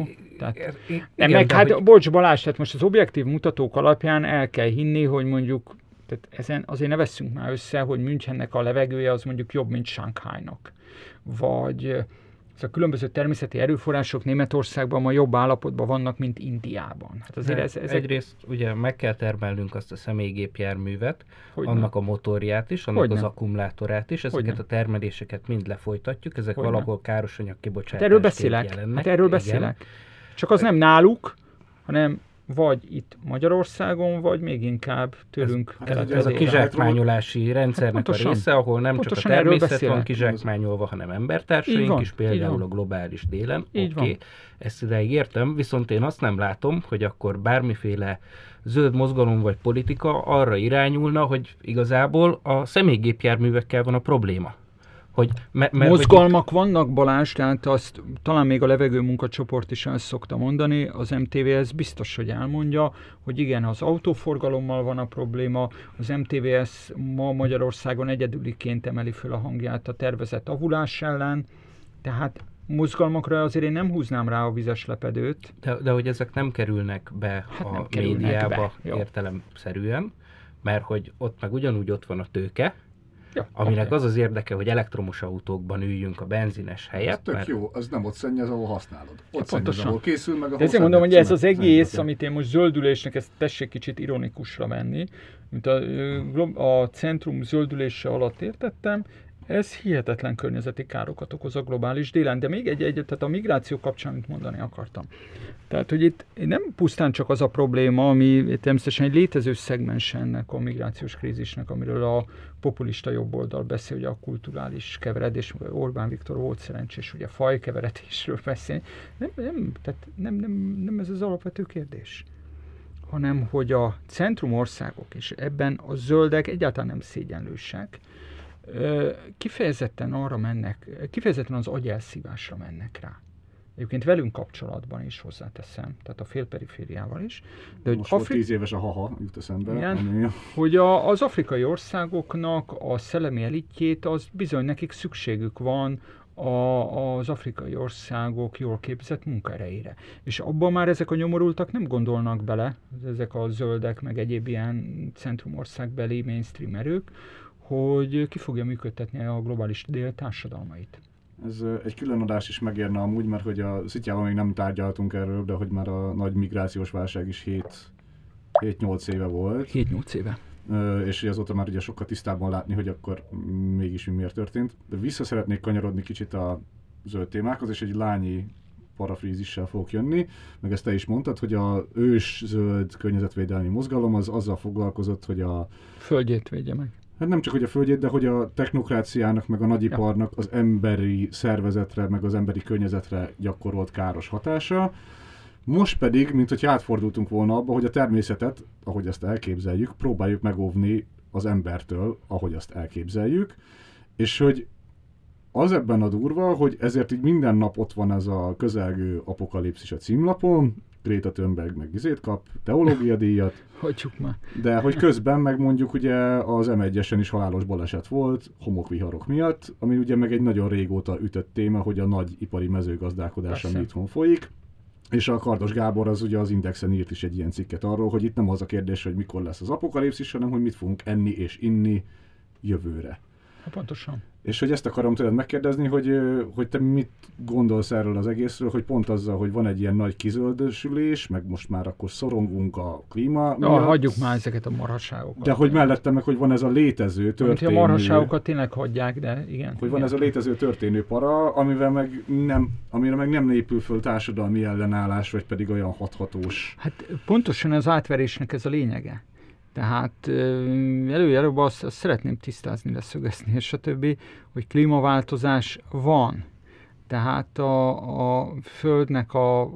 Bocs Balázs, tehát most az objektív mutatók alapján el kell hinni, hogy mondjuk, tehát ezen azért ne vesszünk már össze, hogy Münchennek a levegője az mondjuk jobb, mint Shanghainak. Vagy a különböző természeti erőforrások Németországban ma jobb állapotban vannak, mint Indiában. Hát azért egyrészt ugye meg kell termelnünk azt a személygépjárművet, annak a motorját is, annak az akkumulátorát is, ezeket a termeléseket mind lefolytatjuk, ezek valahol károsanyag kibocsátásként jelennek. Erről beszélek. Csak az nem náluk, hanem vagy itt Magyarországon, vagy még inkább tőlünk ez a kizsákmányolási rendszernek a része, ahol nem csak a természet van kizsákmányolva, hanem embertársaink is, például a globális délen. Oké, ezt ideig értem, viszont én azt nem látom, hogy akkor bármiféle zöld mozgalom vagy politika arra irányulna, hogy igazából a személygépjárművekkel van a probléma. Mozgalmak vannak, Balázs, tehát azt talán még a levegő munkacsoport is el szokta mondani, az MTVS biztos, hogy elmondja, hogy igen, az autóforgalommal van a probléma, az MTVS ma Magyarországon egyedüliként emeli föl a hangját a tervezett avulás ellen, tehát mozgalmakra azért én nem húznám rá a vizes lepedőt. De hogy ezek nem kerülnek be a médiába értelemszerűen, mert hogy ott meg ugyanúgy ott van a tőke, aminek az az érdeke, hogy elektromos autókban üljünk a benzines helyett. Ez tök jó, az nem ott szennyez, ahol használod. Ott szennyez, ahol készül, meg ahol ezért mondom, hogy ez az egész, amit én most zöldülésnek, ezt tessék kicsit ironikusra venni, mint a centrum zöldülése alatt értettem, ez hihetetlen környezeti károkat okoz a globális délen, de még tehát a migráció kapcsán, amit mondani akartam. Tehát, hogy itt nem pusztán csak az a probléma, ami természetesen egy létező szegmens ennek a migrációs krízisnek, amiről a populista jobboldal beszél, ugye a kulturális keveredés, Orbán Viktor volt szerencsés, ugye fajkeveredésről beszél. Nem ez az alapvető kérdés, hanem hogy a centrumországok, és ebben a zöldek egyáltalán nem szégyenlősek, kifejezetten arra mennek, kifejezetten az agyelszívásra mennek rá. Egyébként velünk kapcsolatban is hozzáteszem, tehát a félperifériával is. De most volt 10 éves a haha, jut eszembe. Igen, hogy az afrikai országoknak a szellemi elitjét, az bizony nekik szükségük van az afrikai országok jól képzett munkaerejére. És abban már ezek a nyomorultak nem gondolnak bele, ezek a zöldek, meg egyéb ilyen centrumországbeli mainstream erők, hogy ki fogja működtetni a globális dél társadalmait. Ez egy külön adás is megérne amúgy, mert hogy a Szityában még nem tárgyaltunk erről, de hogy már a nagy migrációs válság is 7-8 éve volt. 7-8 éve. És azóta már ugye sokkal tisztában látni, hogy akkor mégis miért történt. De vissza szeretnék kanyarodni kicsit a zöld témákhoz, és egy lányi parafrízissel fogok jönni, meg ezt te is mondtad, hogy a ős zöld környezetvédelmi mozgalom az azzal foglalkozott, hogy a földjét védje meg. Hát nem csak hogy a földjét, de hogy a technokráciának, meg a nagyiparnak az emberi szervezetre, meg az emberi környezetre gyakorolt káros hatása. Most pedig, mint hogy átfordultunk volna abba, hogy a természetet, ahogy ezt elképzeljük, próbáljuk megóvni az embertől, ahogy azt elképzeljük, és hogy az ebben a durva, hogy ezért így minden nap ott van ez a közelgő apokalipszis a címlapon, Greta Thunberg meg kap teológia díjat. Hagyjuk már. De hogy közben meg mondjuk ugye az M1-esen is halálos baleset volt, homokviharok miatt, ami ugye meg egy nagyon régóta ütött téma, hogy a nagy ipari mezőgazdálkodás, ami itthon folyik. És a Kardos Gábor az ugye az Indexen írt is egy ilyen cikket arról, hogy itt nem az a kérdés, hogy mikor lesz az apokalipszis, hanem hogy mit fogunk enni és inni jövőre. Pontosan. És hogy ezt akarom tőled megkérdezni, hogy te mit gondolsz erről az egészről, hogy pont azzal, hogy van egy ilyen nagy kizöldösülés, meg most már akkor szorongunk a klíma miatt. Hagyjuk már ezeket a marhaságokat. De hogy mellettem meg, hogy van ez a létező történő... A marhaságokat tényleg hagyják, de igen. Hogy van ez a létező történő para, amire meg nem lépül föl társadalmi ellenállás, vagy pedig olyan hathatós... Hát pontosan az átverésnek ez a lényege. Tehát előbb azt szeretném tisztázni, leszögezni, és stb., hogy klímaváltozás van. Tehát a Földnek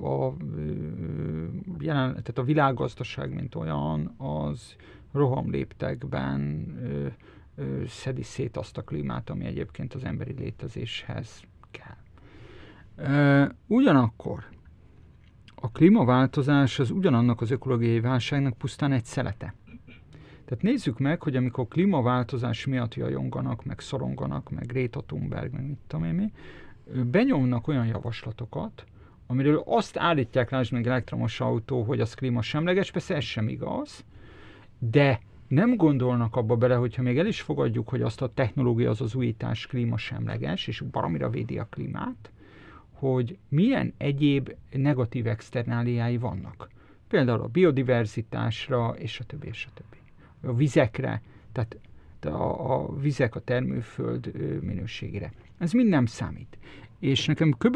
tehát a világgazdaság, mint olyan, az rohamléptekben szedi szét azt a klímát, ami egyébként az emberi létezéshez kell. Ugyanakkor a klímaváltozás az ugyanannak az ökológiai válságnak pusztán egy szelete. Tehát nézzük meg, hogy amikor klímaváltozás miatt jajonganak, meg szoronganak, meg Greta Thunberg, meg mit tudom én mi, benyomnak olyan javaslatokat, amiről azt állítják, lásd meg elektromos autó, hogy az klímasemleges, persze ez sem igaz, de nem gondolnak abba bele, hogyha még el is fogadjuk, hogy azt a technológia, az az újítás klímasemleges, és baromira védi a klímát, hogy milyen egyéb negatív externáliái vannak. Például a biodiverzitásra, és a többi, és a többi. A vizekre, tehát a vizek, a termőföld minőségére. Ez mind nem számít. És nekem kb.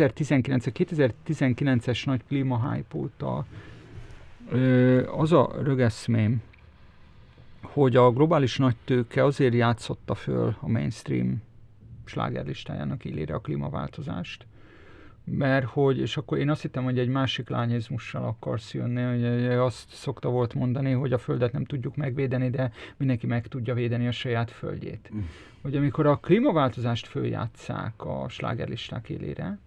2019-es nagy klímahype óta az a rögeszmém, hogy a globális nagytőke azért játszotta föl a mainstream slágerlistájának élére a klímaváltozást, mert hogy, és akkor én azt hittem, hogy egy másik lányizmussal akarsz jönni, hogy azt szokta volt mondani, hogy a Földet nem tudjuk megvédeni, de mindenki meg tudja védeni a saját földjét. Hogy amikor a klímaváltozást följátsszák a slágerlisták élére,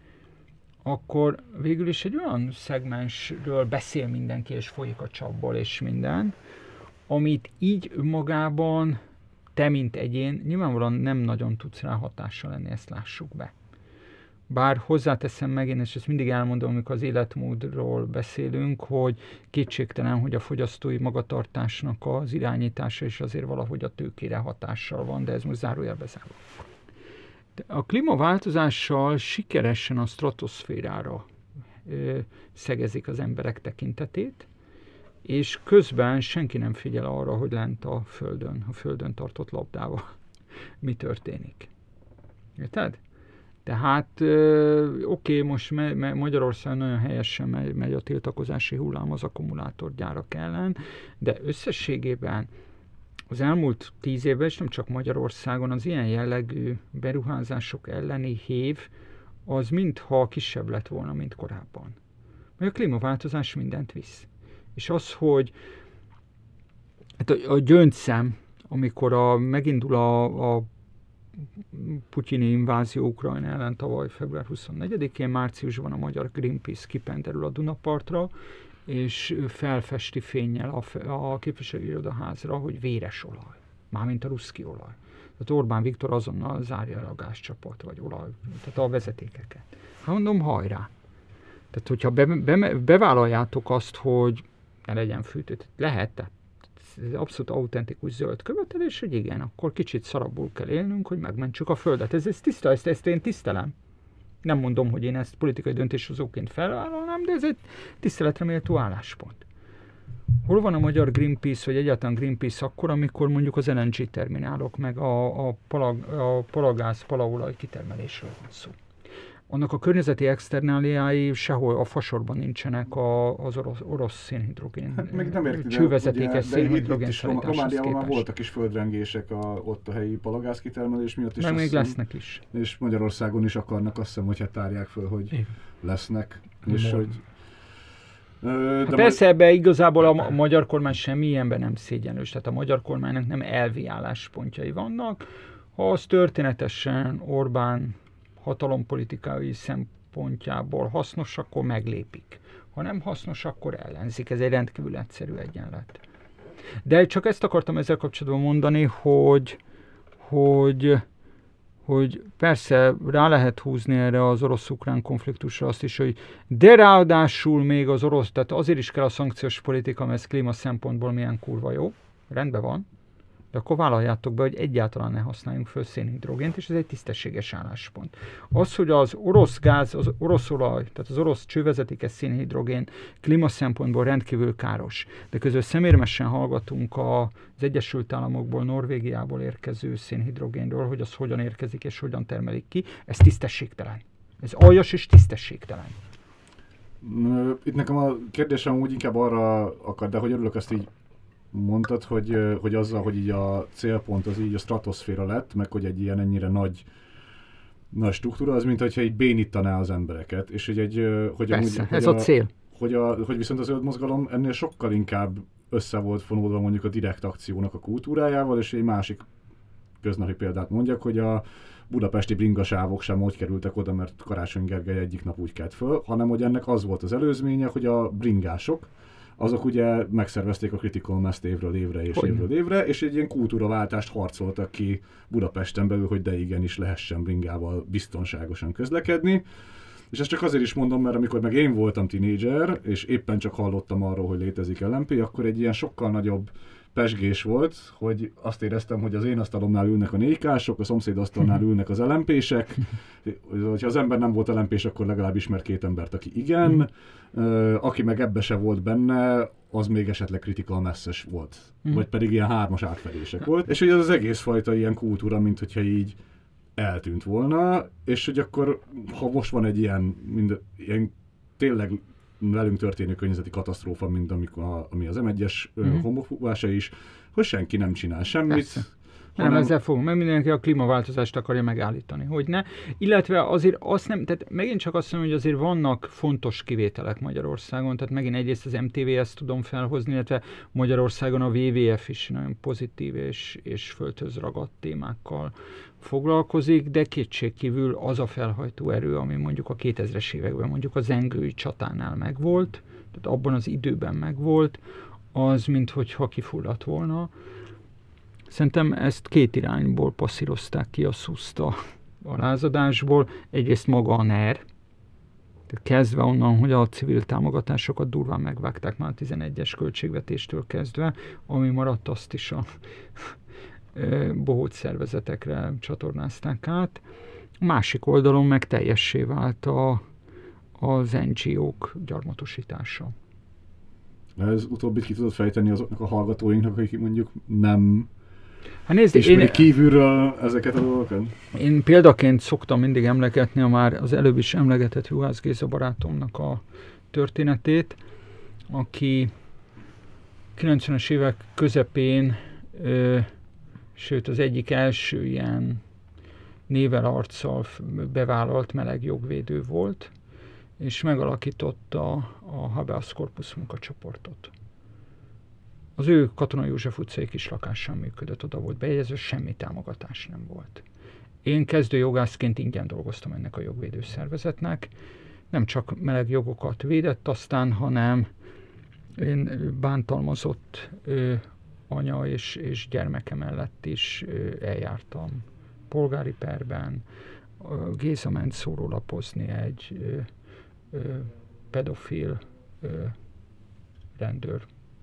akkor végül is egy olyan szegmensről beszél mindenki, és folyik a csapból, és minden, amit így magában te, mint egyén, nyilvánvalóan nem nagyon tudsz rá hatással lenni, ezt lássuk be. Bár hozzáteszem meg, én és ezt mindig elmondom, amikor az életmódról beszélünk, hogy kétségtelen, hogy a fogyasztói magatartásnak az irányítása is azért valahogy a tőkére hatással van, de ez most zárójelbe zárva. A klímaváltozással sikeresen a stratoszférára szegezik az emberek tekintetét, és közben senki nem figyel arra, hogy lent a földön tartott labdával mi történik. Érted? Tehát oké, most Magyarországon nagyon helyesen megy a tiltakozási hullám az akkumulátorgyárak ellen, de összességében az elmúlt 10 évben, és nem csak Magyarországon, az ilyen jellegű beruházások elleni hév az mintha kisebb lett volna, mint korábban. Mert a klímaváltozás mindent visz. És az, hogy hát a gyöngyszem, amikor megindul a putyini invázió Ukrajna ellen tavaly február 24-én, márciusban a magyar Greenpeace kipenderül a Dunapartra, és felfesti fénnyel a képviselőirodaházra, hogy véres olaj. Mármint a ruszki olaj. Tehát Orbán Viktor azonnal zárja le a gázcsapot, vagy olaj, tehát a vezetékeket. Hát mondom, hajrá. Tehát, hogyha bevállaljátok azt, hogy ne legyen fűtő, lehet, tehát ez abszolút autentikus zöld követelés, hogy igen, akkor kicsit szarabbul kell élnünk, hogy megmentsük a Földet. Ez tiszta, ezt én tisztelem. Nem mondom, hogy én ezt politikai döntéshozóként felvállalnám, de ez egy tiszteletre méltó álláspont. Hol van a magyar Greenpeace, vagy egyáltalán Greenpeace akkor, amikor mondjuk az LNG terminálok, meg a palagáz, palaolaj kitermelésről van szó? Annak a környezeti externáliái sehol a fasorban nincsenek az orosz szénhidrogén. Hát meg nem érti, csővezetékes szénhidrogén szállításhoz Romániában már képest. voltak is földrengések ott a helyi palagáz kitermelés miatt. Meg még lesznek is. És Magyarországon is akarnak, azt hiszem, hogy hát tárják föl, hogy lesznek. És hogy, de persze ebben igazából a magyar kormány semmilyenben nem szégyenlős. Tehát a magyar kormánynak nem elvi álláspontjai vannak. Ha az történetesen Orbán hatalompolitikai szempontjából hasznos, akkor meglépik. Ha nem hasznos, akkor ellenzik. Ez egy rendkívül egyszerű egyenlet. De csak ezt akartam ezzel kapcsolatban mondani, hogy persze rá lehet húzni erre az orosz-ukrán konfliktusra azt is, hogy de ráadásul még az orosz, tehát azért is kell a szankciós politika, mert ez klíma szempontból milyen kurva jó. Rendben van. de akkor vállaljátok be, hogy egyáltalán ne használjunk föl szénhidrogént, és ez egy tisztességes álláspont. Az, hogy az orosz gáz, az orosz olaj, tehát az orosz csővezetékes szénhidrogén klíma szempontból rendkívül káros, de közben szemérmesen hallgatunk az Egyesült Államokból, Norvégiából érkező szénhidrogénről, hogy az hogyan érkezik és hogyan termelik ki, ez tisztességtelen. Ez aljas és tisztességtelen. Itt nekem a kérdésem úgy inkább arra akad, de hogy örülök, ezt így mondtad, hogy azzal, hogy így a célpont az így a stratoszféra lett, meg hogy egy ilyen ennyire nagy struktúra, az mint hogyha így bénítaná az embereket, és hogy persze, amúgy, ez a cél. Hogy viszont a zöld mozgalom ennél sokkal inkább össze volt fonódva mondjuk a direkt akciónak a kultúrájával, és egy másik köznapi példát mondjak, hogy a budapesti bringasávok sem úgy kerültek oda, mert Karácsony Gergely egyik nap úgy kelt föl, hanem hogy ennek az volt az előzménye, hogy a bringások, azok ugye megszervezték a Critical Mass-t évről évre, és egy ilyen kultúraváltást harcoltak ki Budapesten belül, hogy de igenis lehessen bringával biztonságosan közlekedni. És ezt csak azért is mondom, mert amikor meg én voltam tinédzser, és éppen csak hallottam arról, hogy létezik LMP, akkor egy ilyen sokkal nagyobb pezsgés volt, hogy azt éreztem, hogy az én asztalomnál ülnek a négykások, a szomszéd asztalnál ülnek az LMP-sek. Hogyha az ember nem volt LMP-s, akkor legalább ismer két embert, aki igen. Aki meg ebbe se volt benne, az még esetleg critical mass-es volt. Vagy pedig ilyen hármas átfedések volt. És hogy az egész fajta ilyen kultúra, mint hogyha így eltűnt volna, és hogy akkor, ha most van egy ilyen tényleg velünk történő környezeti katasztrófa, mint ami az M1-es homokfuvása is, hogy senki nem csinál semmit. Persze. Nem, ezzel fogunk, mert mindenki a klímaváltozást akarja megállítani, hogy ne. Illetve azért azt nem, tehát megint csak azt mondom, hogy azért vannak fontos kivételek Magyarországon, tehát megint egyrészt az MTVS tudom felhozni, illetve Magyarországon a WWF is nagyon pozitív és földhöz ragadt témákkal foglalkozik, de kétségkívül az a felhajtó erő, ami mondjuk a 2000-es években mondjuk a zengői csatánál megvolt, tehát abban az időben megvolt, az minthogyha kifulladt volna. Szerintem ezt két irányból passzírozták ki a SZUSZ-t a lázadásból. Egyrészt maga a NER, kezdve onnan, hogy a civil támogatásokat durván megvágták már a 11-es költségvetéstől kezdve, ami maradt, azt is a bohóc szervezetekre csatornázták át. A másik oldalon meg teljessé vált az NGO-k gyarmatosítása. Ez utóbbit ki tudod fejteni azoknak a hallgatóinknak, akik mondjuk nem ismerik kívülről ezeket a dolgokat? Én példaként szoktam mindig emlegetni a már az előbb is emlegetett Juhász Géza barátomnak a történetét, aki 90-es évek közepén, sőt az egyik első ilyen nével arccal bevállalt meleg jogvédő volt, és megalakította a Habeas Corpus munkacsoportot. Az ő Katona József utcai kis lakással működött, oda volt bejegyezve, semmi támogatás nem volt. Én kezdő jogászként ingyen dolgoztam ennek a jogvédő szervezetnek, nem csak meleg jogokat védett aztán, hanem én bántalmazott anya és gyermeke mellett is eljártam polgári perben. Géza ment szórólapozni egy pedofil rendőr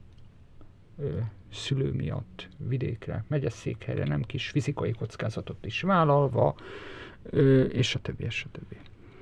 szülő miatt vidékre, megyeszékhelyre, nem kis fizikai kockázatot is vállalva, és a többi, és a többi.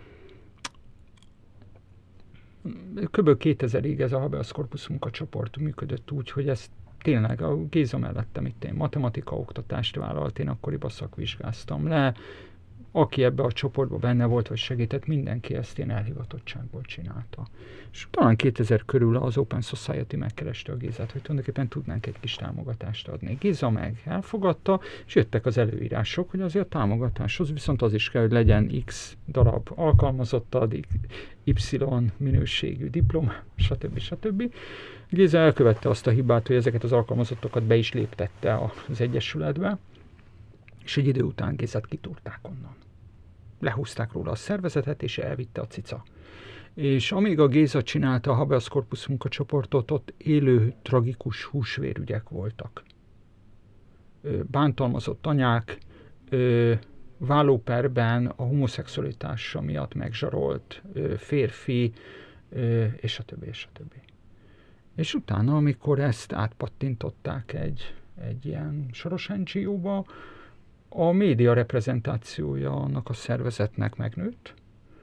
Kb. 2000-ig ez a Habeas Corpus munkacsoport működött úgy, hogy ezt tényleg a Géza mellettem itt én matematika oktatást vállalt, én akkoriban szakvizsgáztam le, aki ebbe a csoportban benne volt, vagy segített, mindenki ezt ilyen elhivatottságból csinálta. És talán 2000 körül az Open Society megkereste a Gézát, hogy tulajdonképpen tudnánk egy kis támogatást adni. Géza meg elfogadta, és jöttek az előírások, hogy azért a támogatáshoz viszont az is kell, hogy legyen X darab alkalmazottad, Y minőségű diploma, stb. Géza elkövette azt a hibát, hogy ezeket az alkalmazottokat be is léptette az Egyesületbe, és egy idő után Gézát kitúrták onnan. Lehúzták róla a szervezetet, és elvitte a cica. És amíg a Géza csinálta a Habeas Corpus munkacsoportot, ott élő, tragikus húsvérügyek voltak. Bántalmazott anyák, vállóperben a homoszexualitása miatt megzsarolt férfi, és a többi, és a többi. És utána, amikor ezt átpattintották egy egy ilyen soros NGO-ba, a média reprezentációja annak a szervezetnek megnőtt.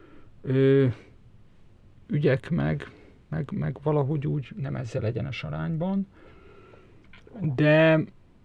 Ügyek meg valahogy úgy nem ezzel egyenes arányban, de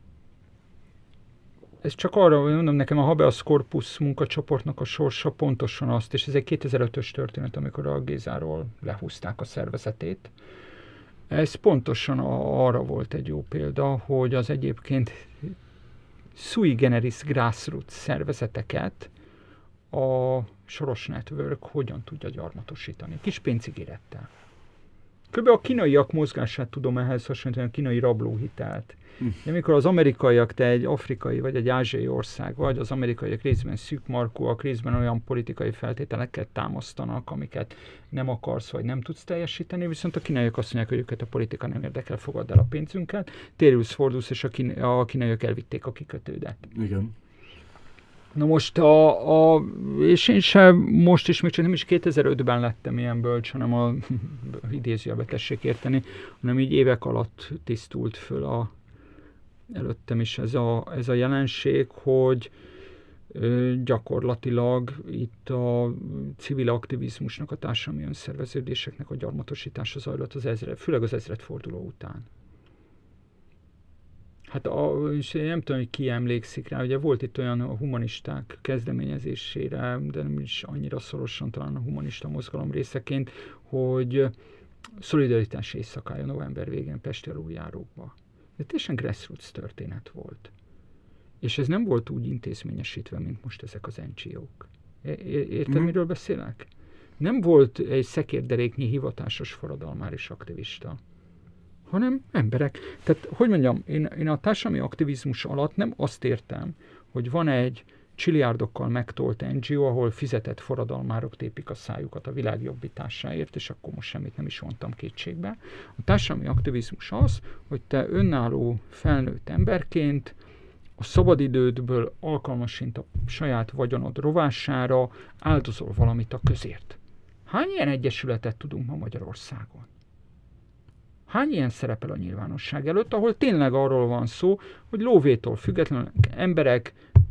ez csak arra, hogy mondom, nekem a Habeas Corpus munkacsoportnak a sorsa pontosan azt, és ez egy 2005-ös történet, amikor a Gézáról lehúzták a szervezetét. Ez pontosan arra volt egy jó példa, hogy az egyébként sui generis grassroots szervezeteket a Soros Network hogyan tudja gyarmatosítani. Kis pénzigérettel. Körülbelül a kínaiak mozgását tudom ehhez hasonlítani, a kínai rablóhitelt. De amikor az amerikaiak, te egy afrikai vagy egy ázsiai ország vagy, az amerikaiak részben szűkmarkúak, részben olyan politikai feltételeket támasztanak, amiket nem akarsz vagy nem tudsz teljesíteni, viszont a kínaiak azt mondják, hogy őket a politika nem érdekel, fogadd el a pénzünket, térülsz, fordulsz, és a kínaiak elvitték a kikötődet. Igen. Na most és én sem most is, még csak nem is 2005-ben lettem ilyen bölcs, hanem idézőjelbe tessék érteni, hanem így évek alatt tisztult föl előttem is ez a jelenség, hogy gyakorlatilag itt a civil aktivizmusnak, a társadalmi önszerveződéseknek a gyarmatosítása zajlott főleg az ezredforduló után. Hát és én nem tudom, hogy ki emlékszik rá, ugye volt itt olyan a humanisták kezdeményezésére, de nem is annyira szorosan talán a humanista mozgalom részeként, hogy szolidaritás éjszakája november végén Pesti aluljárókba. De teljesen grassroots történet volt. És ez nem volt úgy intézményesítve, mint most ezek az NGO-k. Érted, miről beszélek? Nem volt egy szekérderéknyi hivatásos forradalmáris aktivista, hanem emberek. Tehát, hogy mondjam, én a társadalmi aktivizmus alatt nem azt értem, hogy van egy csiliárdokkal megtolt NGO, ahol fizetett forradalmárok tépik a szájukat a világ jobbításáért, és akkor most semmit nem is vontam kétségbe. A társadalmi aktivizmus az, hogy te önálló felnőtt emberként a szabadidődből alkalmasint a saját vagyonod rovására áldozol valamit a közért. Hány ilyen egyesületet tudunk ma Magyarországon? Hány ilyen szerepel a nyilvánosság előtt, ahol tényleg arról van szó, hogy lóvétól függetlenül emberek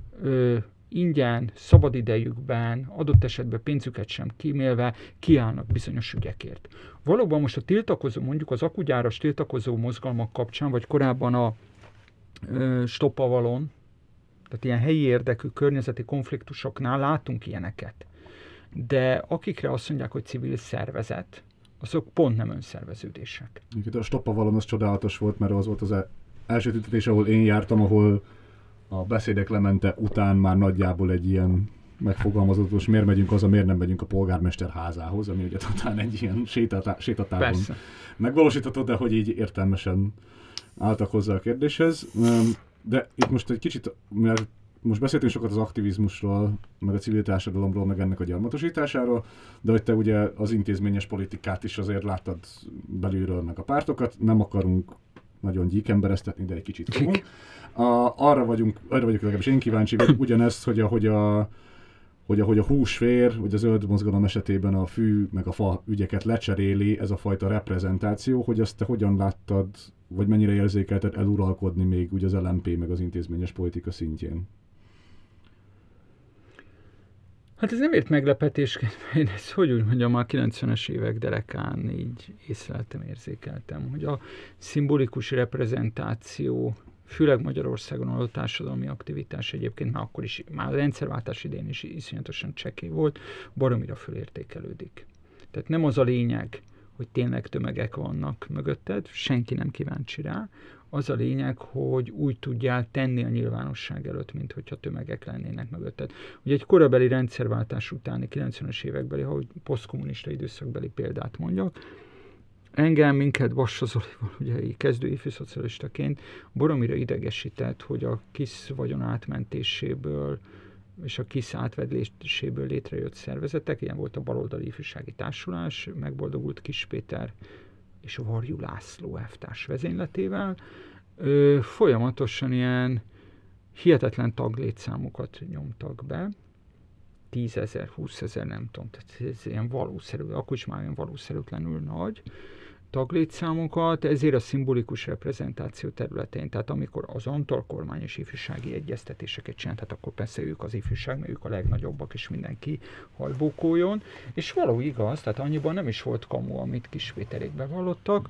ingyen, szabadidejükben, adott esetben pénzüket sem kímélve kiállnak bizonyos ügyekért. Valóban most a tiltakozó, mondjuk az akugyáras tiltakozó mozgalmak kapcsán, vagy korábban a Stop Avalon, tehát ilyen helyi érdekű környezeti konfliktusoknál látunk ilyeneket. De akikre azt mondják, hogy civil szervezet, azok pont nem önszerveződések. A Stop Avalon az csodálatos volt, mert az volt az első tüntetés, ahol én jártam, ahol a beszédek lemente után már nagyjából egy ilyen megfogalmazott, most miért megyünk haza, miért nem megyünk a polgármester házához, ami ugye totál egy ilyen sétatávon megvalósítható, de hogy így értelmesen álltak hozzá a kérdéshez. De itt most egy kicsit, mert most beszéltünk sokat az aktivizmusról, meg a civil társadalomról, meg ennek a gyarmatosításáról, de hogy te ugye az intézményes politikát is azért láttad belülről, meg a pártokat, nem akarunk nagyon gyíkembereztetni, de egy kicsit fogunk. Arra vagyok legalábbis én kíváncsi, ugyanezt, hogy a húsvér, vagy a zöld mozgalom esetében a fű, meg a fa ügyeket lecseréli ez a fajta reprezentáció, hogy azt te hogyan láttad, vagy mennyire érzékelted eluralkodni még úgy az LMP, meg az intézményes politika szintjén? Hát ez nem ért meglepetésként, én ezt hogy úgy mondjam, a 90-es évek derekán így észleltem, érzékeltem, hogy a szimbolikus reprezentáció, főleg Magyarországon a társadalmi aktivitás egyébként már akkor is, már a rendszerváltás idején is iszonyatosan csekély volt, baromira fölértékelődik. Tehát nem az a lényeg, hogy tényleg tömegek vannak mögötted, senki nem kíváncsi rá, az a lényeg, hogy úgy tudjál tenni a nyilvánosság előtt, mint hogyha tömegek lennének mögötted. Ugye egy korabeli rendszerváltás utáni 90-es évekbeli, ha posztkommunista időszakbeli példát mondjak, engem, minket Bassa Zolival, ugye kezdő ifjúszocialistaként baromira idegesített, hogy a KISZ vagyon átmentéséből és a KISZ átvedléséből létrejött szervezetek, ilyen volt a Baloldali Ifjúsági Társulás, megboldogult Kiss Péter és a Varjú László elvtárs vezényletével, folyamatosan ilyen hihetetlen taglétszámokat nyomtak be, 10 000, 20 000, nem tudom, tehát ez ilyen valószerű, akkor is már olyan valószerűtlenül nagy, taglétszámokat, ezért a szimbolikus reprezentáció területén, tehát amikor az Antal kormány és ifjúsági egyeztetéseket csinált, tehát akkor persze ők az ifjúság, mert ők a legnagyobbak, és mindenki hajbókoljon, és való igaz, tehát annyiban nem is volt kamu, amit Kis Péterék bevallottak,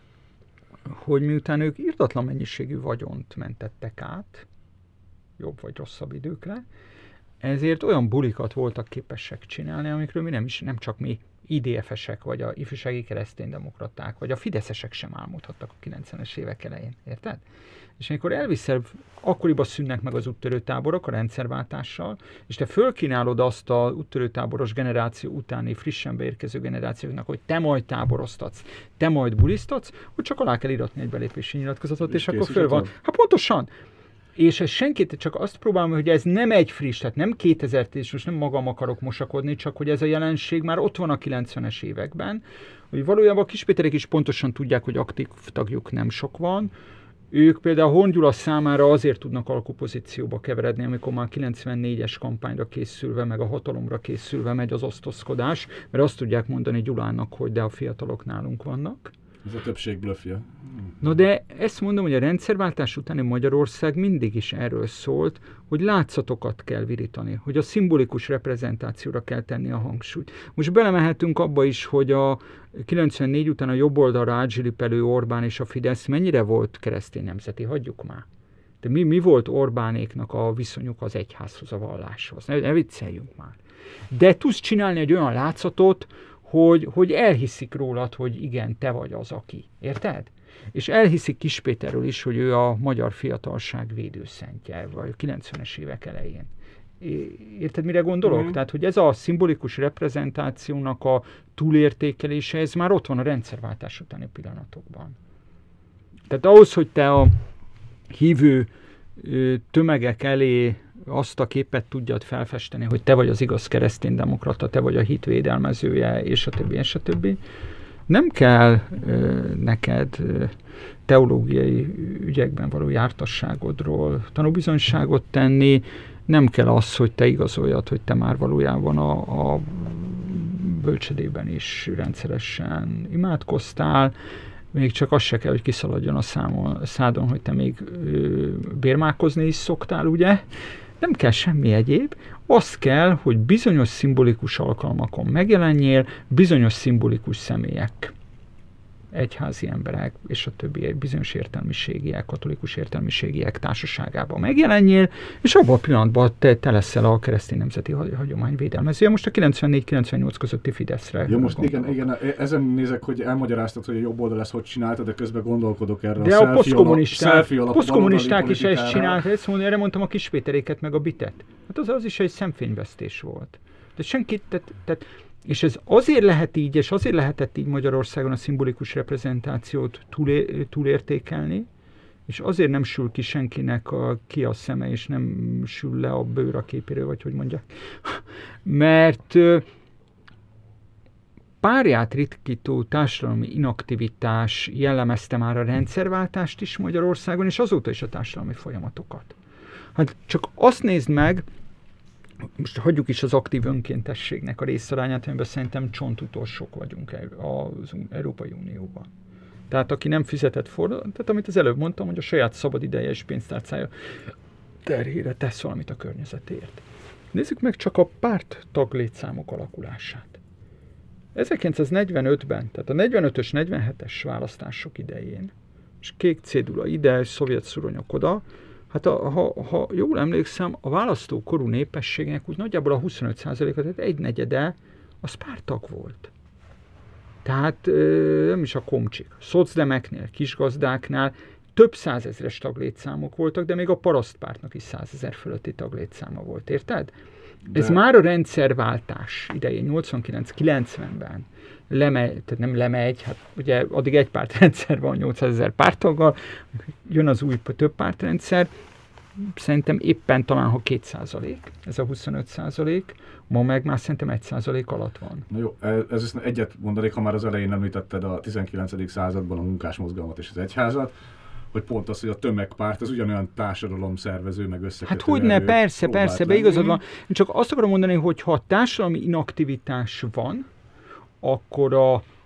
hogy miután ők irdatlan mennyiségű vagyont mentettek át, jobb vagy rosszabb időkre, ezért olyan bulikat voltak képesek csinálni, amikről mi nem csak mi IDF-esek, vagy a ifjúsági kereszténydemokraták, vagy a fideszesek sem álmodhattak a 90-es évek elején, érted? És amikor elviszel, akkoriban szűnnek meg az úttörőtáborok a rendszerváltással, és te fölkínálod azt az úttörőtáboros generáció utáni frissen beérkező generációknak, hogy te majd táboroztatsz, te majd bulisztatsz, hogy csak alá kell iratni egy belépési nyilatkozatot, és akkor föl van. Hát pontosan! És ez senkit, csak azt próbálom, hogy ez nem egy friss, tehát nem 2010, most nem magam akarok mosakodni, csak hogy ez a jelenség már ott van a 90-es években, hogy valójában a Kis Péterék is pontosan tudják, hogy aktív tagjuk nem sok van. Ők például Horn Gyula számára azért tudnak alkupozícióba keveredni, amikor már 94-es kampányra készülve, meg a hatalomra készülve megy az osztozkodás, mert azt tudják mondani Gyulának, hogy de a fiatalok nálunk vannak. Ez a többség blöffje. No de ezt mondom, hogy a rendszerváltás utáni Magyarország mindig is erről szólt, hogy látszatokat kell virítani, hogy a szimbolikus reprezentációra kell tenni a hangsúlyt. Most belemehetünk abba is, hogy a 94 után a jobb oldalra átzsilipelő Orbán és a Fidesz mennyire volt keresztény nemzeti, hagyjuk már. De mi volt Orbánéknak a viszonyuk az egyházhoz, a valláshoz? Ne vicceljünk már. De tudsz csinálni egy olyan látszatot, hogy elhiszik rólad, hogy igen, te vagy az, aki. Érted? És elhiszik Kis Péterről is, hogy ő a magyar fiatalság védőszentje, vagy a 90-es évek elején. Érted, mire gondolok? Tehát, hogy ez a szimbolikus reprezentációnak a túlértékelése, ez már ott van a rendszerváltás utáni pillanatokban. Tehát ahhoz, hogy te a hívő tömegek elé azt a képet tudjad felfesteni, hogy te vagy az igaz kereszténydemokrata, te vagy a hit védelmezője, és a többi, és a többi. Nem kell neked teológiai ügyekben való jártasságodról tanúbizonyságot tenni, nem kell az, hogy te igazoljad, hogy te már valójában a bölcsödében is rendszeresen imádkoztál, még csak az se kell, hogy kiszaladjon a szádon, hogy te még bérmálkozni is szoktál, ugye? Nem kell semmi egyéb, az kell, hogy bizonyos szimbolikus alkalmakon megjelenjél, bizonyos szimbolikus személyek, egyházi emberek, és a többi bizonyos értelmiségiek, katolikus értelmiségiek társaságában megjelenjél, és abban a pillanatban te leszel a keresztény nemzeti hagyomány védelmezője. Most a 94-98 közötti Fideszre. Ja, most igen, ezen nézek, hogy elmagyaráztad, hogy a jobb oldal ezt hogy csinálta, de közben gondolkodok erre de a posztkommunisták is ezt csinálták, erre mondtam a Kis Péteréket meg a Bitet. Hát az is egy szemfényvesztés volt. De senki, és ez azért lehet így, és azért lehetett így Magyarországon a szimbolikus reprezentációt túlértékelni, és azért nem sül ki senkinek ki a szeme, és nem sül le a bőr a képéről, vagy hogy mondják. Mert párját ritkító társadalmi inaktivitás jellemezte már a rendszerváltást is Magyarországon, és azóta is a társadalmi folyamatokat. Hát csak azt nézd meg, most hagyjuk is az aktív önkéntességnek a részarányát, amiben szerintem csontutolsók vagyunk az Európai Unióban. Tehát aki nem fizetett tehát amit az előbb mondtam, hogy a saját szabad ideje és pénztárcája terhére tesz valamit a környezetért. Nézzük meg csak a párt taglétszámok alakulását. 1945-ben, tehát a 45-ös, 47-es választások idején, és kék cédula ide, szovjet szuronyok oda, hát ha jól emlékszem, a választókorú népességnek úgy nagyjából a 25%-a, tehát egynegyede, az párttag volt. Tehát nem is a komcsik. Szocdemeknél, kisgazdáknál több százezres taglétszámok voltak, de még a parasztpártnak is 100 000 fölötti taglétszáma volt, érted? De... Ez már a rendszerváltás idején, 89-90-ben tehát nem lemegy, hát ugye addig egy pártrendszer van 800 000 párttaggal, jön az új több pártrendszer, szerintem éppen talán ha 2%, ez a 25%, ma meg már szerintem 1% alatt van. Na jó, ez egyet mondanék, ha már az elején említetted a 19. században a munkásmozgalmat és az egyházat, hogy pont az, hogy a tömegpárt az ugyanolyan társadalomszervező, meg összekötő. Hát hogyne, persze, beigazad van. Csak azt akarom mondani, hogy ha társadalmi inaktivitás van, akkor a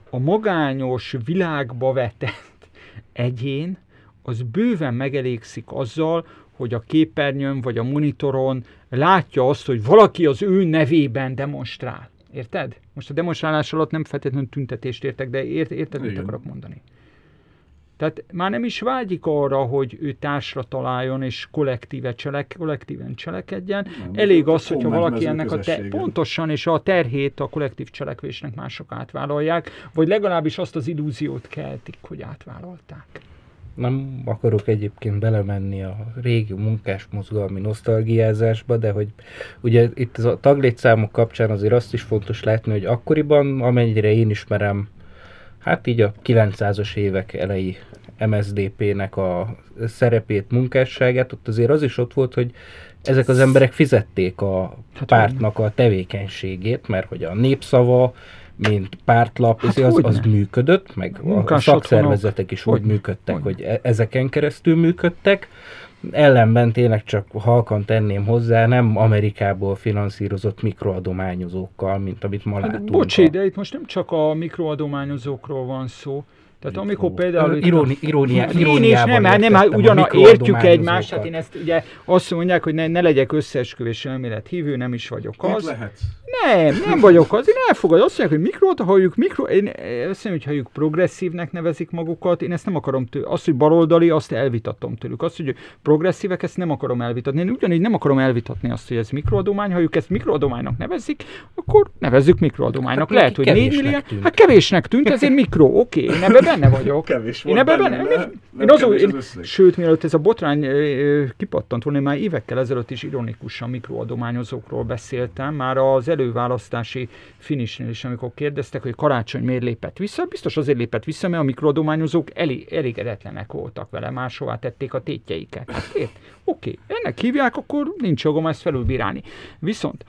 a magányos világba vetett egyén, az bőven megelégszik azzal, hogy a képernyőn vagy a monitoron látja azt, hogy valaki az ő nevében demonstrál. Érted? Most a demonstrálás alatt nem feltétlenül tüntetést értek, de érted, mit akarok mondani? Tehát már nem is vágyik arra, hogy ő társra találjon és kollektíven cselekedjen. Nem, elég az, hogyha valaki ennek pontosan, és a terhét a kollektív cselekvésnek mások átvállalják, vagy legalábbis azt az illúziót keltik, hogy átvállalták. Nem akarok egyébként belemenni a régi munkásmozgalmi nosztalgiázásba, de hogy ugye itt a taglétszámok kapcsán azért azt is fontos látni, hogy akkoriban, amennyire én ismerem, hát így a 900-as évek elejé MSZDP-nek a szerepét, munkásságát, ott azért az is ott volt, hogy ezek az emberek fizették a pártnak a tevékenységét, mert hogy a Népszava, mint pártlap, az működött, meg a szakszervezetek is úgy működtek, hogy ezeken keresztül működtek. Ellenben tényleg csak halkan tenném hozzá, nem Amerikából finanszírozott mikroadományozókkal, mint amit ma látunk. Bocsi, de itt most nem csak a mikroadományozókról van szó. Tehát amikor például... Nem, értjük egymást, hát én ezt ugye azt mondják, hogy ne legyek összeesküvés elmélet hívő, nem is vagyok az. Lehet. Nem vagyok az, én elfogadom, azt mondják, hogy én azt mondom, hogy halljuk progresszívnek nevezik magukat, én ezt nem akarom tőlük. Azt, hogy baloldali, azt elvitatom tőlük. Azt, hogy progresszívek, ezt nem akarom elvitatni. Én ugyanígy nem akarom elvitatni azt, hogy ez mikroadomány, ha ők ezt mikroadománynak nevezik, akkor nevezzük mikroadománynak. Hát lehet, hogy 4 milliárd, hát kevésnek tűnt, ezért mikro, oké, én ebben benne vagyok. Kevés volt benne. Sőt, mielőtt ez a botrány kipattant volna, én már évekkel ezelőtt is ironikusan mikroadományozókról beszéltem, már az előválasztási finishnél is, amikor kérdeztek, hogy Karácsony miért lépett vissza, biztos azért lépett vissza, mert a mikroadományozók elégedetlenek voltak vele, máshová tették a tétjeiket. Hát oké, ennek hívják, akkor nincs jogom ezt felülbírálni. Viszont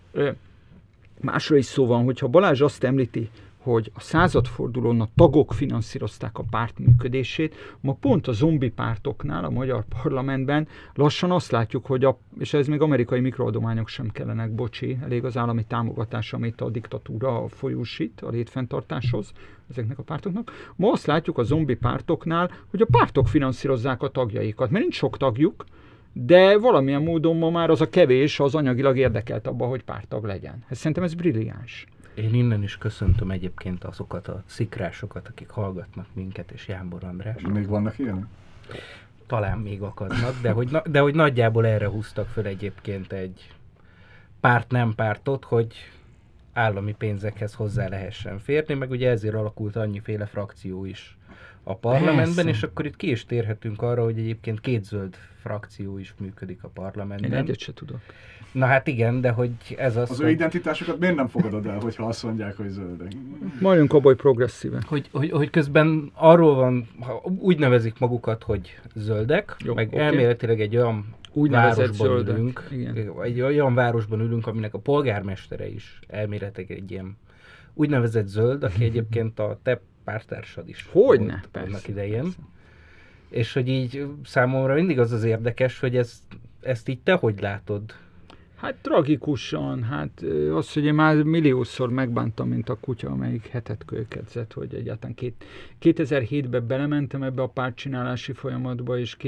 másra is szó van, hogyha Balázs azt említi, hogy a századfordulón a tagok finanszírozták a párt működését, ma pont a zombi pártoknál, a magyar parlamentben lassan azt látjuk, hogy és ez még amerikai mikroadományok sem kellenek, bocsi, elég az állami támogatás, amit a diktatúra folyósít a létfenntartáshoz ezeknek a pártoknak. Ma azt látjuk a zombi pártoknál, hogy a pártok finanszírozzák a tagjaikat, mert nincs sok tagjuk, de valamilyen módon ma már az a kevés az anyagilag érdekelt abba, hogy párttag legyen. Szerintem ez brilliáns. Én innen is köszöntöm egyébként azokat a szikrásokat, akik hallgatnak minket, és Jámbor András. Még vannak ilyen? Talán még akadnak, de hogy nagyjából erre húztak föl egyébként egy párt-nem pártot, hogy állami pénzekhez hozzá lehessen férni, meg ugye ezért alakult annyiféle frakció is a parlamentben, persze. És akkor itt ki is térhetünk arra, hogy egyébként 2 zöld frakció is működik a parlamentben. Én egyet se tudok. Na hát igen, de hogy ez az ő identitásokat miért nem fogadod el, hogyha azt mondják, hogy zöldek? Majdnem abban, hogy progresszíve. Hogy közben arról van, úgy nevezik magukat, hogy zöldek, jó, meg okay. Elméletileg egy olyan városban ülünk, egy olyan városban ülünk, aminek a polgármestere is elméletileg egy ilyen úgynevezett zöld, aki egyébként a te pártársad is Hogyne, volt annak idején. Persze. És hogy így számomra mindig az érdekes, hogy ezt így te hogy látod? Hát tragikusan, az, hogy én már milliószor megbántam, mint a kutya, amelyik hetet kölykedzett, hogy egyáltalán 2007-ben belementem ebbe a pártcsinálási folyamatba, és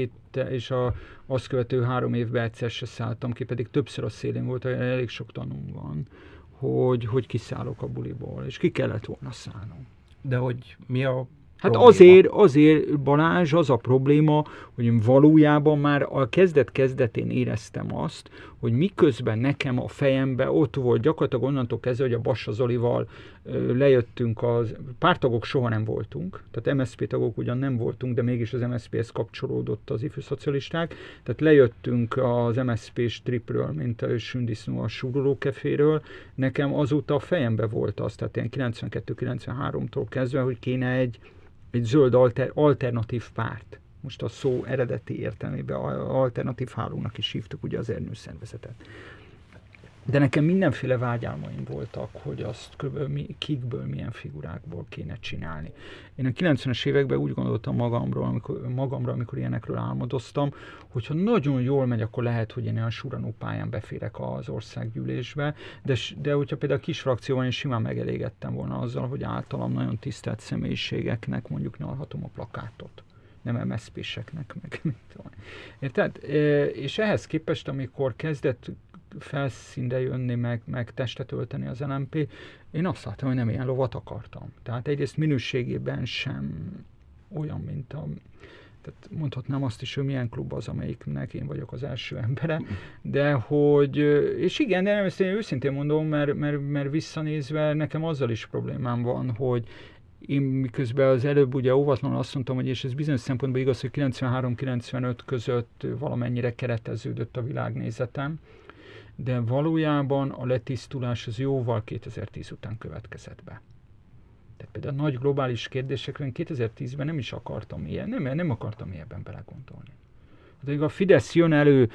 azt követő 3 évben egyszer se szálltam ki, pedig többször a szélén volt, elég sok tanúm van, hogy kiszállok a buliból, és ki kellett volna szállnom. De hogy mi a Hát azért Balázs, az a probléma, hogy én valójában már a kezdetén éreztem azt, hogy miközben nekem a fejembe ott volt gyakorlatilag onnantól kezdve, hogy a Bassa Zolival lejöttünk, pártagok soha nem voltunk, tehát MSZP tagok ugyan nem voltunk, de mégis az MSZP-hez kapcsolódott az ifjúszocialisták, tehát lejöttünk az MSZP-s tripről, mint a Sündisznó a Súrolókeféről, nekem azóta a fejembe volt az, tehát ilyen 92-93-tól kezdve, hogy kéne egy zöld alternatív párt. Most a szó eredeti értelmében alternatív hálónak is hívtuk ugye az Ernyő szervezetet. De nekem mindenféle vágyálmaim voltak, hogy azt kikből, milyen figurákból kéne csinálni. Én a 90-es években úgy gondoltam magamra, amikor ilyenekről álmodoztam, hogyha nagyon jól megy, akkor lehet, hogy én olyan suranó pályán beférek az országgyűlésbe, de hogyha például a kis frakcióban én simán megelégettem volna azzal, hogy általam nagyon tisztelt személyiségeknek mondjuk nyalhatom a plakátot. Nem MSZP-seknek, meg mit tudom. Érted? És ehhez képest, amikor kezdett felszínre jönni, meg testet ölteni az LMP, én azt láttam, hogy nem ilyen lovat akartam. Tehát egyrészt minőségében sem olyan, mint a... Tehát mondhatnám azt is, hogy milyen klub az, amelyiknek én vagyok az első embere, de hogy... És igen, de ezt én őszintén mondom, mert visszanézve nekem azzal is problémám van, hogy én miközben az előbb ugye óvatlanul azt mondtam, hogy és ez bizonyos szempontból igaz, hogy 93-95 között valamennyire kereteződött a világnézetem, de valójában a letisztulás az jóval 2010 után következett be. Tehát például a nagy globális kérdésekre én 2010-ben nem is akartam nem akartam ilyenben belegondolni. De a Fidesz jön elő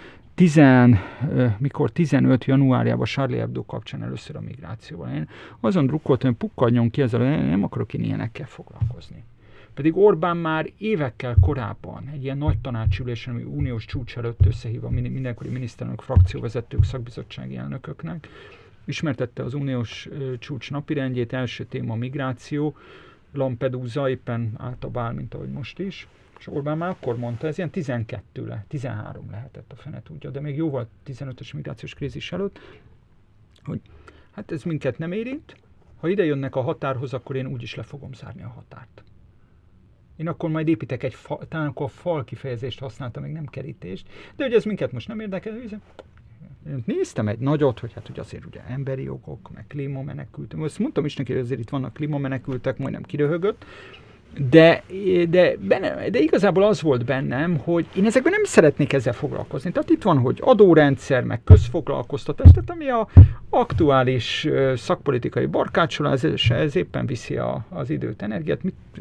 15 januárjában Charlie Hebdo kapcsán először a migrációval. Én azon drukkoltam, hogy pukkadjon ki ezzel, nem akarok én ilyenekkel foglalkozni. Pedig Orbán már évekkel korábban egy ilyen nagy tanácsülésen, ami uniós csúcs előtt összehívva mindenkori miniszterelnök, frakcióvezetők, szakbizottsági elnököknek, ismertette az uniós csúcs napirendjét, első téma a migráció, Lampedusa éppen állt a bál, mint ahogy most is, és Orbán már akkor mondta, ez ilyen 13 lehetett a fene tudja, de még jóval 15-ös migrációs krízis előtt, hogy hát ez minket nem érint, ha ide jönnek a határhoz, akkor én úgyis le fogom zárni a határt. Én akkor majd építek egy talán akkor a fal kifejezést használtam, még nem kerítést, de hogy ez minket most nem érdekel, én néztem egy nagyot, hogy hát ugye azért ugye emberi jogok, meg klímamenekültek, azt mondtam is neki, hogy azért itt vannak klímamenekültek, majdnem kiröhögött, de igazából az volt bennem, hogy én ezekben nem szeretnék ezzel foglalkozni. Tehát itt van, hogy adórendszer, meg közfoglalkoztatás, tehát ami a aktuális szakpolitikai barkácsolás, ez éppen viszi az időt, energiát,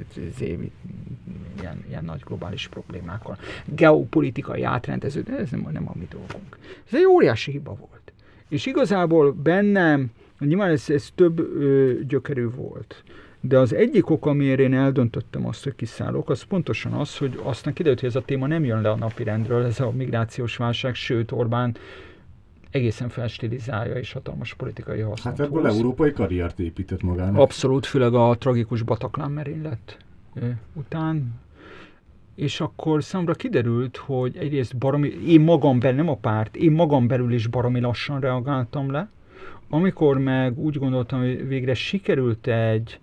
ilyen nagy globális problémákkal. Geopolitikai átrendező, de ez nem a mi dolgunk. Ez egy óriási hiba volt. És igazából bennem, nyilván ez több gyökerű volt, de az egyik ok, amiért én eldöntöttem azt, hogy kiszállok, az pontosan az, hogy aztán kiderült, hogy ez a téma nem jön le a napirendről, ez a migrációs válság, sőt Orbán egészen felstilizálja és hatalmas politikai hasznot. Hát ebből európai karriert épített magának. Abszolút, főleg a tragikus Bataclan merénylet után. És akkor számomra kiderült, hogy egyrészt én magam belül, nem a párt, én magam belül is baromi lassan reagáltam le. Amikor meg úgy gondoltam, hogy végre sikerült egy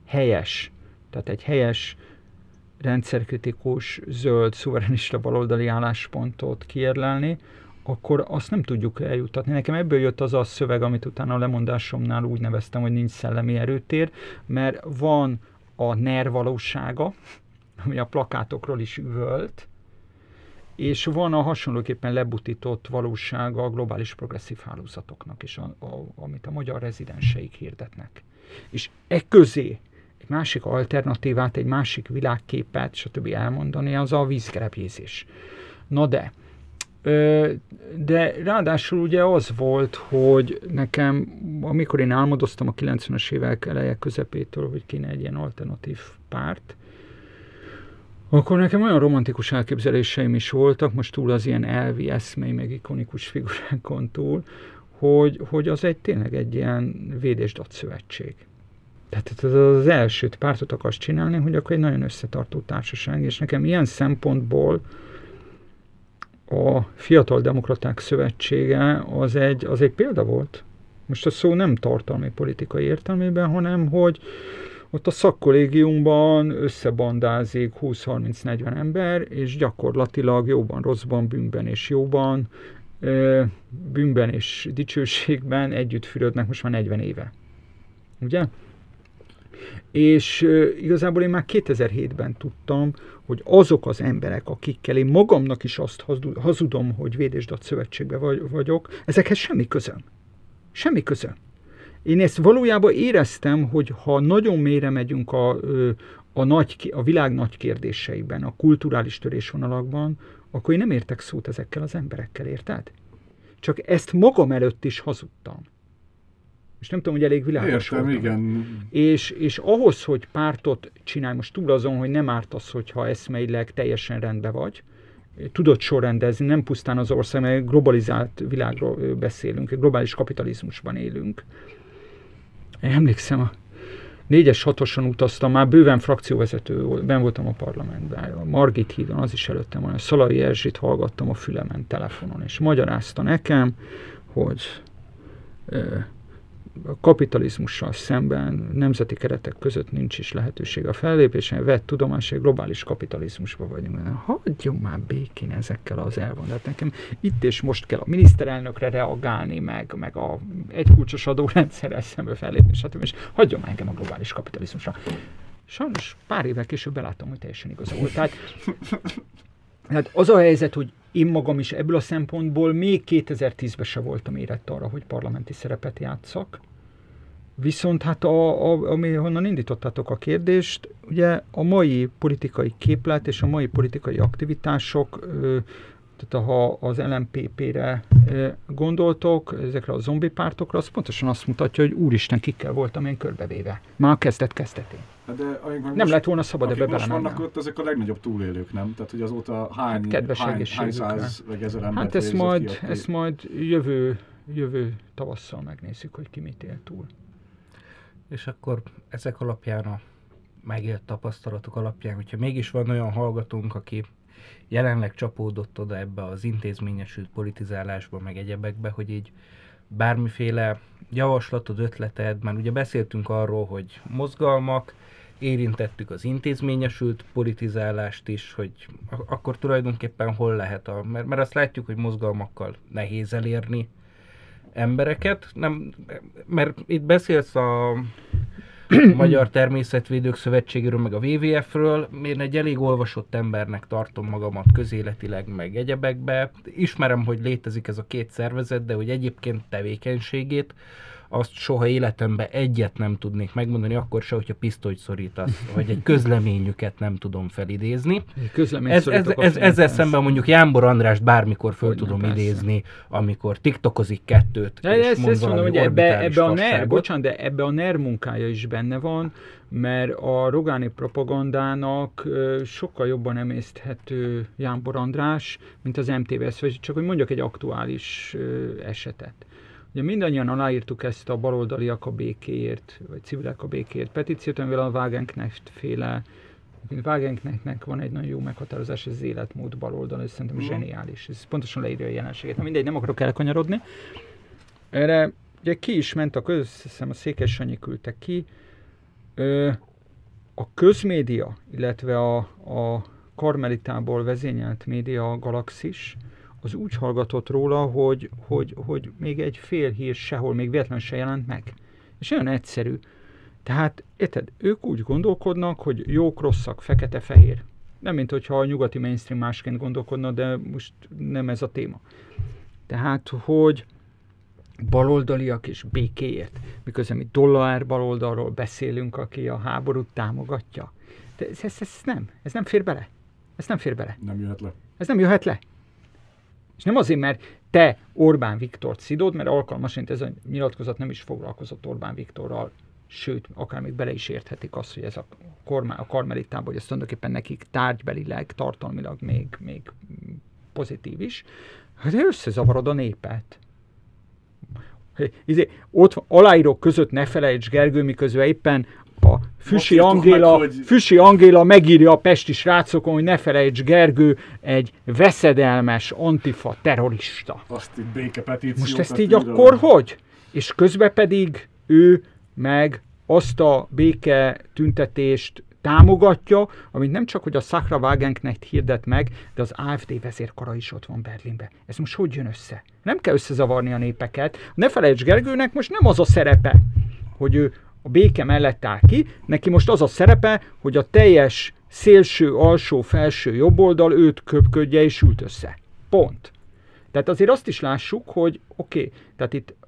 helyes, rendszerkritikus, zöld, szuverenista baloldali álláspontot kiérlelni, akkor azt nem tudjuk eljuttatni. Nekem ebből jött az a szöveg, amit utána a lemondásomnál úgy neveztem, hogy nincs szellemi erőtér, mert van a NER valósága, ami a plakátokról is üvölt, és van a hasonlóképpen lebutított valósága a globális progresszív hálózatoknak, és amit a magyar rezidenseik hirdetnek. És közé egy másik alternatívát, egy másik világképet, stb. Elmondani, az a vízgerebjézés. Na de ráadásul ugye az volt, hogy nekem, amikor én álmodoztam a 90-es évek eleje közepétől, hogy kéne egy ilyen alternatív párt, akkor nekem olyan romantikus elképzeléseim is voltak, most túl az ilyen elvi eszmei, meg ikonikus figurákon túl, hogy az tényleg egy ilyen védésdat szövetség. Tehát az első pártot akarsz csinálni, hogy akkor egy nagyon összetartó társaság, és nekem ilyen szempontból a Fiatal Demokraták Szövetsége az egy példa volt. Most a szó nem tartalmi politikai értelmében, hanem hogy ott a szakkollégiumban összebandázik 20-30-40 ember, és gyakorlatilag jóban, rosszban, bűnben és jóban, bűnben és dicsőségben együtt fürödnek most már 40 éve. Ugye? És igazából én már 2007-ben tudtam, hogy azok az emberek, akikkel én magamnak is azt hazudom, hogy Védésdat Szövetségben vagyok, ezekhez semmi közöm. Semmi közöm. Én ezt valójában éreztem, hogy ha nagyon mélyre megyünk a világ nagy kérdéseiben, a kulturális törésvonalakban, akkor én nem értek szót ezekkel az emberekkel, érted? csak ezt magam előtt is hazudtam. És nem tudom, hogy elég világos Értem, voltam. igen. És ahhoz, hogy pártot csinálj, most túl azon, hogy nem árt az, hogyha eszmeileg teljesen rendben vagy, tudod sorrendezni, nem pusztán az ország, mert globalizált világról beszélünk, globális kapitalizmusban élünk. Én emlékszem, a 4-es 6-oson utaztam, már bőven frakcióvezető, benn voltam a parlamentben, a Margit hídon, az is előttem van, a Szalai Erzsit hallgattam a fülemen, telefonon, és magyarázta nekem, hogy a kapitalizmussal szemben nemzeti keretek között nincs is lehetőség a fellépésen, vett tudomást, hogy globális kapitalizmusban vagyunk. Hagyjon már békén ezekkel az elvonat. Nekem itt és most kell a miniszterelnökre reagálni, meg a egykulcsos adórendszerrel szembe fellépni, stb. És hagyjon már engem a globális kapitalizmusra. Sajnos pár évvel később beláttam, hogy teljesen igaza volt. Tehát az a helyzet, hogy én magam is ebből a szempontból még 2010-ben se voltam érett arra, hogy parlamenti szerepet játsszak. Viszont hát ami honnan indítottátok a kérdést, ugye a mai politikai képlet és a mai politikai aktivitások, tehát ha az LMPP-re gondoltok, ezekre a zombi pártokra, az pontosan azt mutatja, hogy úristen, kikkel voltam én körbevéve. Már a kezdet-kezdetén. Nem lett volna szabad ebbe belemenni. Most vannak belemennem. ott ezek a legnagyobb túlélők, nem? Tehát, hogy azóta hány száz vagy ezer embert Hát ezt majd jövő tavasszal megnézzük, hogy ki mit él túl. És akkor ezek alapján, a megélt tapasztalatok alapján, hogyha mégis van olyan hallgatónk, aki jelenleg csapódott oda ebbe az intézményesült politizálásba, meg egyebekbe, hogy így bármiféle javaslatod, ötleted, már ugye beszéltünk arról, hogy mozgalmak, érintettük az intézményesült politizálást is, hogy akkor tulajdonképpen hol lehet mert azt látjuk, hogy mozgalmakkal nehéz elérni embereket, nem, mert itt beszélsz a Magyar Természetvédők Szövetségéről, meg a WWF-ről, én egy elég olvasott embernek tartom magamat közéletileg, meg egyebekbe. Ismerem, hogy létezik ez a két szervezet, de hogy egyébként tevékenységét, azt soha életemben egyet nem tudnék megmondani, akkor se, hogyha pisztolyt szorítasz, vagy egy közleményüket nem tudom felidézni. Ezzel szemben mondjuk Jámbor Andrást bármikor föl tudom idézni, amikor tiktokozik kettőt, és mond valami orbitális fasságot. De ebbe a NER munkája is benne van, mert a Rogáni propagandának sokkal jobban emészthető Jámbor András, mint az MTVS, vagy csak hogy mondjak egy aktuális esetet. Ugye mindannyian aláírtuk ezt a baloldaliak a békéért, vagy civilek a békéért petíciót, amivel a Wagenknecht féle, Wagenknechtnek van egy nagyon jó meghatározás, ez az életmód baloldal, ez szerintem zseniális. Ez pontosan leírja a jelenséget. Na mindegy, nem akarok elkanyarodni. Erre ugye ki is ment a Székely Sanyi küldte ki. A közmédia, illetve a Karmelitából vezényelt média, a Galaxis, az úgy hallgatott róla, hogy még egy fél hír sehol, még véletlenül se jelent meg. És olyan egyszerű. Tehát, érted, ők úgy gondolkodnak, hogy jók, rosszak, fekete-fehér. Nem, mint hogyha a nyugati mainstream másként gondolkodna, de most nem ez a téma. Tehát, hogy baloldaliak és békéért, miközben mi dollár baloldalról beszélünk, aki a háborút támogatja. De ez nem fér bele. Ez nem fér bele. Nem jöhet le. Ez nem jöhet le. És nem azért, mert te Orbán Viktort szidod, mert alkalmasint ez a nyilatkozat nem is foglalkozott Orbán Viktorral, sőt, akár még bele is érthetik azt, hogy ez a Karmelitában, hogy ez tulajdonképpen nekik tárgybelileg, tartalmilag még pozitív is. Hát összezavarod a népet. Ott aláírók között ne felejts, Gergő, miközben éppen a Füsi Angéla megírja a pesti srácokon, hogy ne felejts, Gergő egy veszedelmes antifa terrorista. Azt itt békepetíciót. Most ezt így akkor hogy? És közben pedig ő meg azt a béke tüntetést támogatja, amit nem csak, hogy a Sachra Wagenknecht hirdet meg, de az AfD vezérkara is ott van Berlinben. Ez most hogy jön össze? Nem kell összezavarni a népeket. Ne felejts, Gergőnek most nem az a szerepe, hogy ő a béke mellett áll ki, neki most az a szerepe, hogy a teljes szélső, alsó, felső jobboldal őt köpködje és ült össze. Pont. Tehát azért azt is lássuk, hogy oké, tehát itt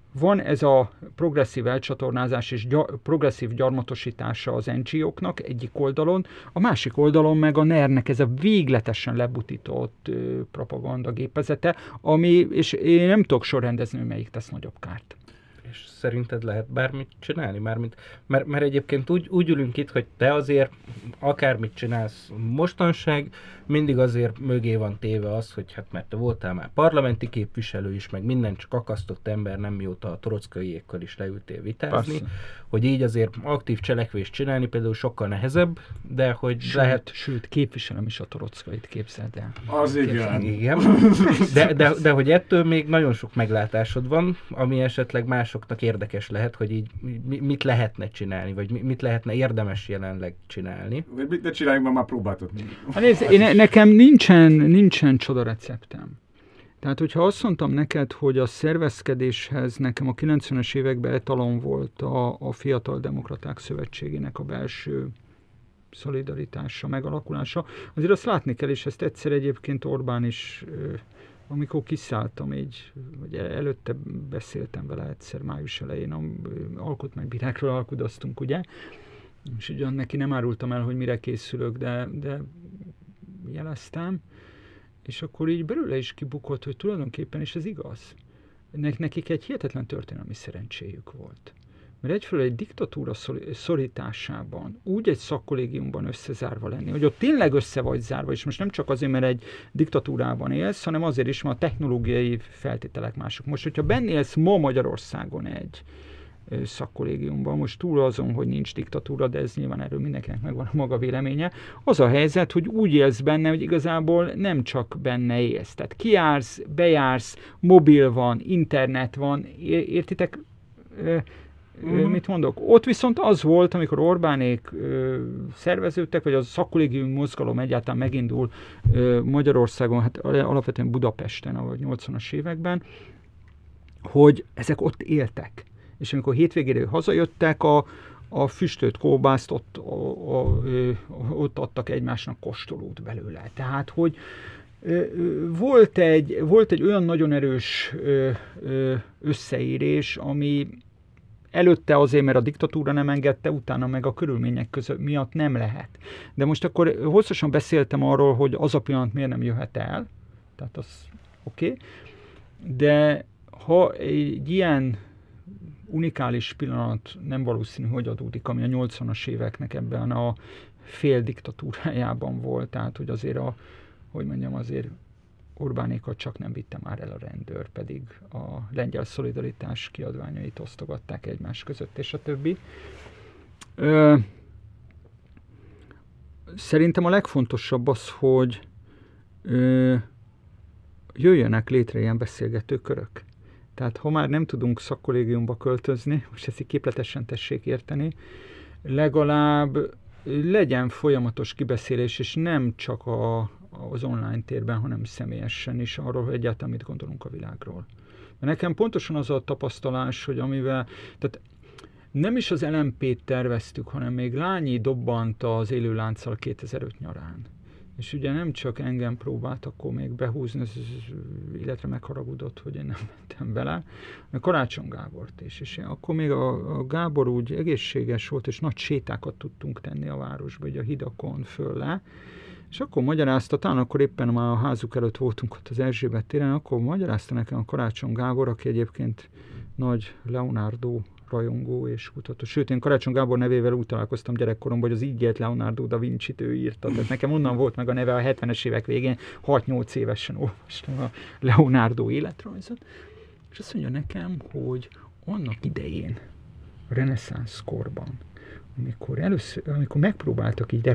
van ez a progresszív elcsatornázás és progresszív gyarmatosítása az NGO-knak egyik oldalon, a másik oldalon meg a NER-nek ez a végletesen lebutított propagandagépezete, és én nem tudok sorrendezni, hogy melyik tesz nagyobb kárt. És szerinted lehet bármit csinálni? Mert egyébként úgy ülünk itt, hogy te azért akármit csinálsz mostanság, mindig azért mögé van téve az, hogy hát mert te voltál már parlamenti képviselő is, meg minden csak akasztott ember, nem mióta a Toroczkaiékkal is leültél vitázni, Persze. hogy így azért aktív cselekvést csinálni például sokkal nehezebb, de hogy lehet... Sőt, képviselem is a Toroczkait, képzeld el. Az igen. Igen. De hogy ettől még nagyon sok meglátásod van, ami esetleg másoknak érdekes lehet, hogy így mit lehetne csinálni, vagy mit lehetne érdemes jelenleg csinálni. Vagy mit ne csináljunk, mert már próbáltad. Hát nézd, nekem nincsen csoda receptem. Tehát, hogyha azt mondtam neked, hogy a szervezkedéshez nekem a 90-es években etalon volt a Fiatal Demokraták Szövetségének a belső szolidaritása, megalakulása, azért azt látni kell, és ezt egyszer egyébként Orbán is, amikor kiszálltam így, vagy előtte beszéltem vele egyszer május elején, alkotmánybírákról alkudoztunk, ugye? És ugyan neki nem árultam el, hogy mire készülök, de jeleztem, és akkor így belőle is kibukott, hogy tulajdonképpen is ez igaz. Nekik egy hihetetlen történelmi szerencséjük volt. Mert egyfelől egy diktatúra szorításában úgy egy szakkollégiumban összezárva lenni, hogy ott tényleg össze vagy zárva, és most nem csak azért, mert egy diktatúrában élsz, hanem azért is, mert a technológiai feltételek mások. Most, hogyha benne élsz ma Magyarországon egy szakkollégiumban, most túl azon, hogy nincs diktatúra, de ez nyilván erről mindenkinek megvan a maga véleménye, az a helyzet, hogy úgy élsz benne, hogy igazából nem csak benne élsz. Tehát kijársz, bejársz, mobil van, internet van, értitek? Mit mondok? Ott viszont az volt, amikor Orbánék szerveződtek, vagy a szakkollégium mozgalom egyáltalán megindul Magyarországon, hát alapvetően Budapesten, ahogy 80-as években, hogy ezek ott éltek. És amikor hétvégére hazajöttek, a füstölt kolbászt ott adtak egymásnak kóstolót belőle. Tehát, hogy volt egy olyan nagyon erős összeérés, ami előtte azért, mert a diktatúra nem engedte, utána meg a körülmények között miatt nem lehet. De most akkor hosszasan beszéltem arról, hogy az a pillanat miért nem jöhet el, tehát az oké. De ha egy ilyen unikális pillanat nem valószínű, hogy adódik, ami a 80-as éveknek ebben a fél diktatúrájában volt, tehát hogy azért azért Orbánékat csak nem vitte már el a rendőr, pedig a lengyel szolidaritás kiadványait osztogatták egymás között, és a többi. Szerintem a legfontosabb az, hogy jöjjönek létre ilyen beszélgetőkörök. Tehát ha már nem tudunk szakkollégiumba költözni, most ezt így képletesen tessék érteni, legalább legyen folyamatos kibeszélés, és nem csak az online térben, hanem személyesen is arról, hogy egyáltalán mit gondolunk a világról. Mert nekem pontosan az a tapasztalás, hogy tehát nem is az LMP-t terveztük, hanem még Lányi dobbant az élőlánccal 2005 nyarán. És ugye nem csak engem próbált akkor még behúzni, illetve megharagudott, hogy én nem mentem bele, hanem Karácsony Gábort is. És akkor még a Gábor úgy egészséges volt, és nagy sétákat tudtunk tenni a városba, ugye a hidakon föl le. És akkor magyarázta, talán akkor éppen már a házuk előtt voltunk ott az Erzsébet téren, akkor magyarázta nekem a Karácsony Gábor, aki egyébként nagy Leonardo rajongó és kutató. Sőt, én Karácsony Gábor nevével úgy találkoztam gyerekkoromban, hogy az ígért Leonardo da Vinci-t ő írta. Tehát nekem onnan volt meg a neve a 70-es évek végén, 6-8 évesen olvastam a Leonardo életrajzot. És azt mondja nekem, hogy annak idején, a reneszánsz korban, amikor megpróbáltak így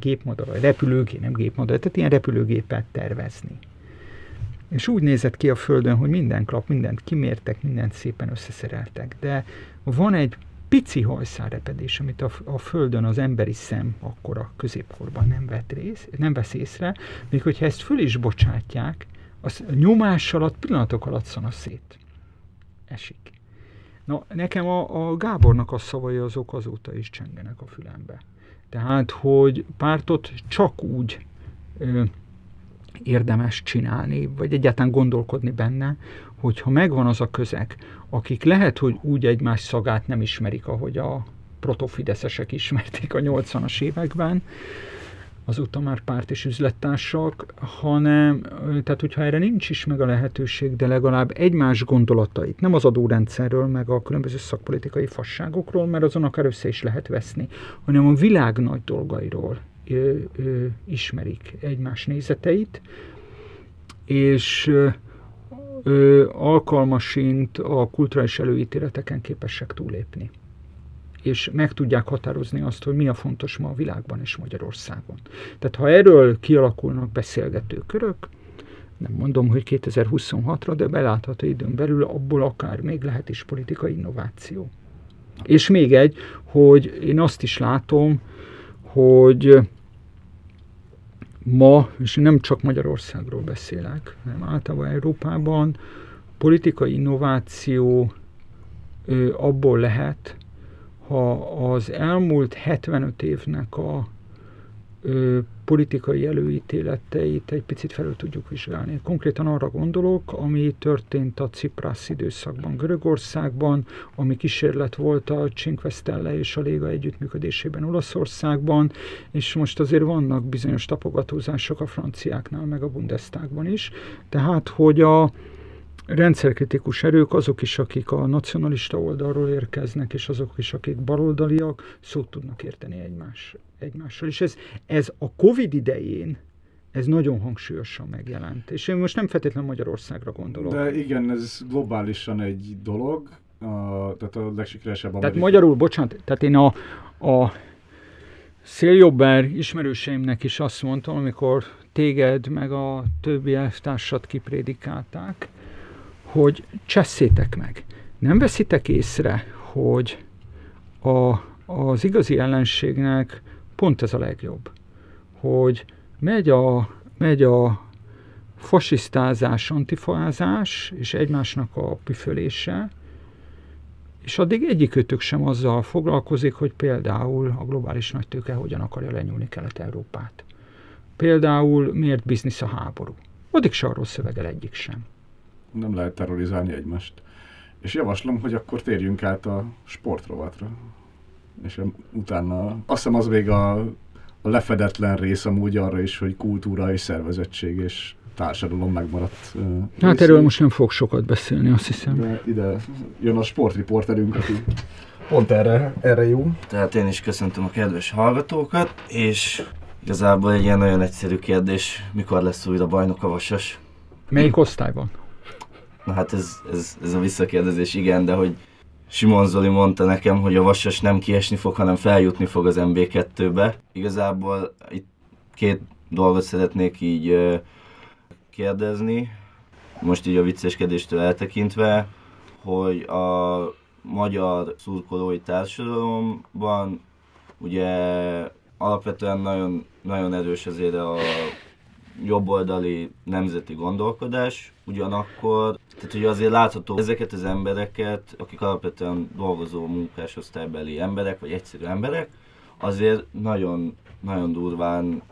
tehát ilyen repülőgépet tervezni. És úgy nézett ki a Földön, hogy minden klap, mindent kimértek, mindent szépen összeszereltek. De van egy pici hajszálrepedés, amit a Földön az emberi szem akkor a középkorban nem vesz észre, még hogyha ezt föl is bocsátják, az nyomás alatt, pillanatok alatt szana szét. Esik. Na, nekem a Gábornak a szavai azok azóta is csengenek a fülembe. Tehát, hogy pártot csak úgy érdemes csinálni, vagy egyáltalán gondolkodni benne, hogyha megvan az a közeg, akik lehet, hogy úgy egymás szagát nem ismerik, ahogy a protofideszesek ismerték a 80-as években, azóta már párt és üzlettársak, hanem, tehát hogyha erre nincs is meg a lehetőség, de legalább egymás gondolatait, nem az adórendszerről, meg a különböző szakpolitikai fasságokról, mert azon akár össze is lehet veszni, hanem a világ nagy dolgairól ismerik egymás nézeteit, és alkalmasint a kulturális előítéleteken képesek túlépni. És meg tudják határozni azt, hogy mi a fontos ma a világban és Magyarországon. Tehát ha erről kialakulnak beszélgető körök, nem mondom, hogy 2026-ra, de belátható időn belül abból akár még lehet is politikai innováció. És még egy, hogy én azt is látom, hogy ma, és nem csak Magyarországról beszélek, hanem általában Európában politikai innováció abból lehet, ha az elmúlt 75 évnek a politikai előítéleteit egy picit felül tudjuk vizsgálni. Konkrétan arra gondolok, ami történt a Ciprász időszakban Görögországban, ami kísérlet volt a Cinque Stelle és a Léga együttműködésében Olaszországban, és most azért vannak bizonyos tapogatózások a franciáknál, meg a Bundestagban is. Tehát, hogy a rendszerkritikus erők, azok is, akik a nacionalista oldalról érkeznek, és azok is, akik baloldaliak, szót tudnak érteni egymással. És ez a Covid idején, ez nagyon hangsúlyosan megjelent. És én most nem feltétlenül Magyarországra gondolok. De igen, ez globálisan egy dolog, tehát a legsikeresebb Tehát magyarul, bocsánat, tehát én a széljobber ismerőseimnek is azt mondtam, amikor téged meg a többi elvtársat kiprédikálták, hogy csesszétek meg. Nem veszitek észre, hogy az igazi ellenségnek pont ez a legjobb. Hogy megy a fasisztázás, antifázás és egymásnak a püfölése, és addig egyikőtök sem azzal foglalkozik, hogy például a globális nagytőke hogyan akarja lenyúlni Kelet-Európát. Például miért biznisz a háború. Addig se arról szövegel egyik sem. Nem lehet terrorizálni egymást. És javaslom, hogy akkor térjünk át a sportrovatra. És utána, azt hiszem az még a lefedetlen rész amúgy arra is, hogy kultúra és szervezettség és társadalom megmaradt. Hát erről most nem fog sokat beszélni, azt hiszem. De ide jön a sportriporterünk, aki pont erre jó. Tehát én is köszöntöm a kedves hallgatókat, és igazából egy ilyen nagyon egyszerű kérdés, mikor lesz újra bajnok a Vasas? Melyik osztályban? Na hát ez a visszakérdezés, igen, de hogy Simon Zoli mondta nekem, hogy a Vasas nem kiesni fog, hanem feljutni fog az MB2-be. Igazából itt két dolgot szeretnék így kérdezni, most így a vicceskedéstől eltekintve, hogy a magyar szurkolói társadalomban ugye alapvetően nagyon, nagyon erős azért a jobboldali nemzeti gondolkodás, ugyanakkor, tehát ugye azért látható ezeket az embereket, akik alapvetően dolgozó munkásosztálybeli emberek, vagy egyszerű emberek, azért nagyon, nagyon durván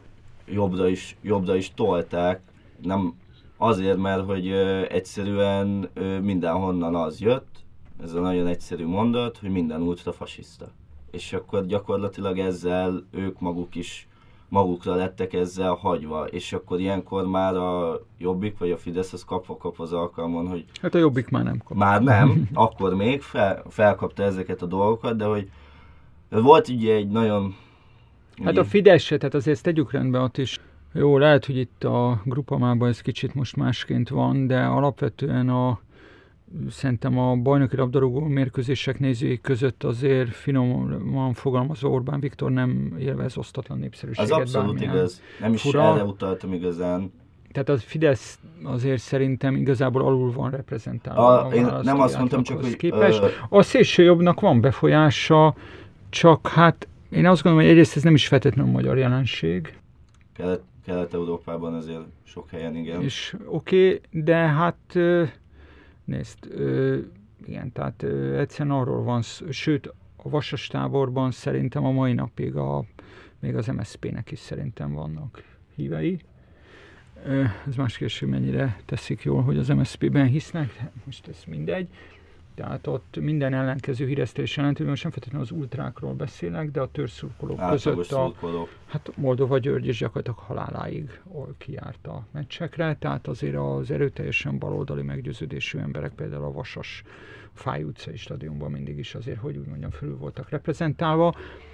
jobbra is tolták, nem azért, mert hogy egyszerűen mindenhonnan az jött, ez a nagyon egyszerű mondat, hogy minden ultra fasiszta. És akkor gyakorlatilag ezzel ők maguk is magukra lettek ezzel hagyva, és akkor ilyenkor már a Jobbik vagy a Fidesz az kap az alkalmon, hogy... Hát a Jobbik már nem kap. Már nem, akkor még felkapta ezeket a dolgokat, de hogy volt ugye egy nagyon... Hát a Fidesz se, tehát azért ezt tegyük rendbe ott is. Jó, lehet, hogy itt a Grupamában ez kicsit most másként van, de alapvetően szerintem a bajnoki labdarúgó mérkőzések nézői között azért finoman fogalmazva Orbán Viktor nem élvez osztatlan népszerűséget. Az abszolút igaz. Nem is erre utaltam igazán. Tehát a Fidesz azért szerintem igazából alul van reprezentálva. Én nem azt mondtam, csak hogy... Képest. A szélsőjobbnak van befolyása, csak hát én azt gondolom, hogy egyrészt ez nem is feltétlenül magyar jelenség. Kelet-Európában azért sok helyen, igen. És oké, de hát nézd, igen, tehát egyszerűen arról van, sőt a Vasas táborban szerintem a mai napig még az MSZP-nek is szerintem vannak hívei. Ez más kérdés, hogy mennyire teszik jól, hogy az MSZP-ben hisznek, most ez mindegy. Tehát ott minden ellenkező híresztés jelenti, most nem feltétlenül az ultrákról beszélek, de a törzszurkolók között hát Moldova György is gyakorlatilag haláláig kijárt a meccsekre, tehát azért az erőteljesen baloldali meggyőződésű emberek, például a Vasas Fáj utcai stadionban mindig is azért, hogy úgy mondjam, fölül voltak reprezentálva.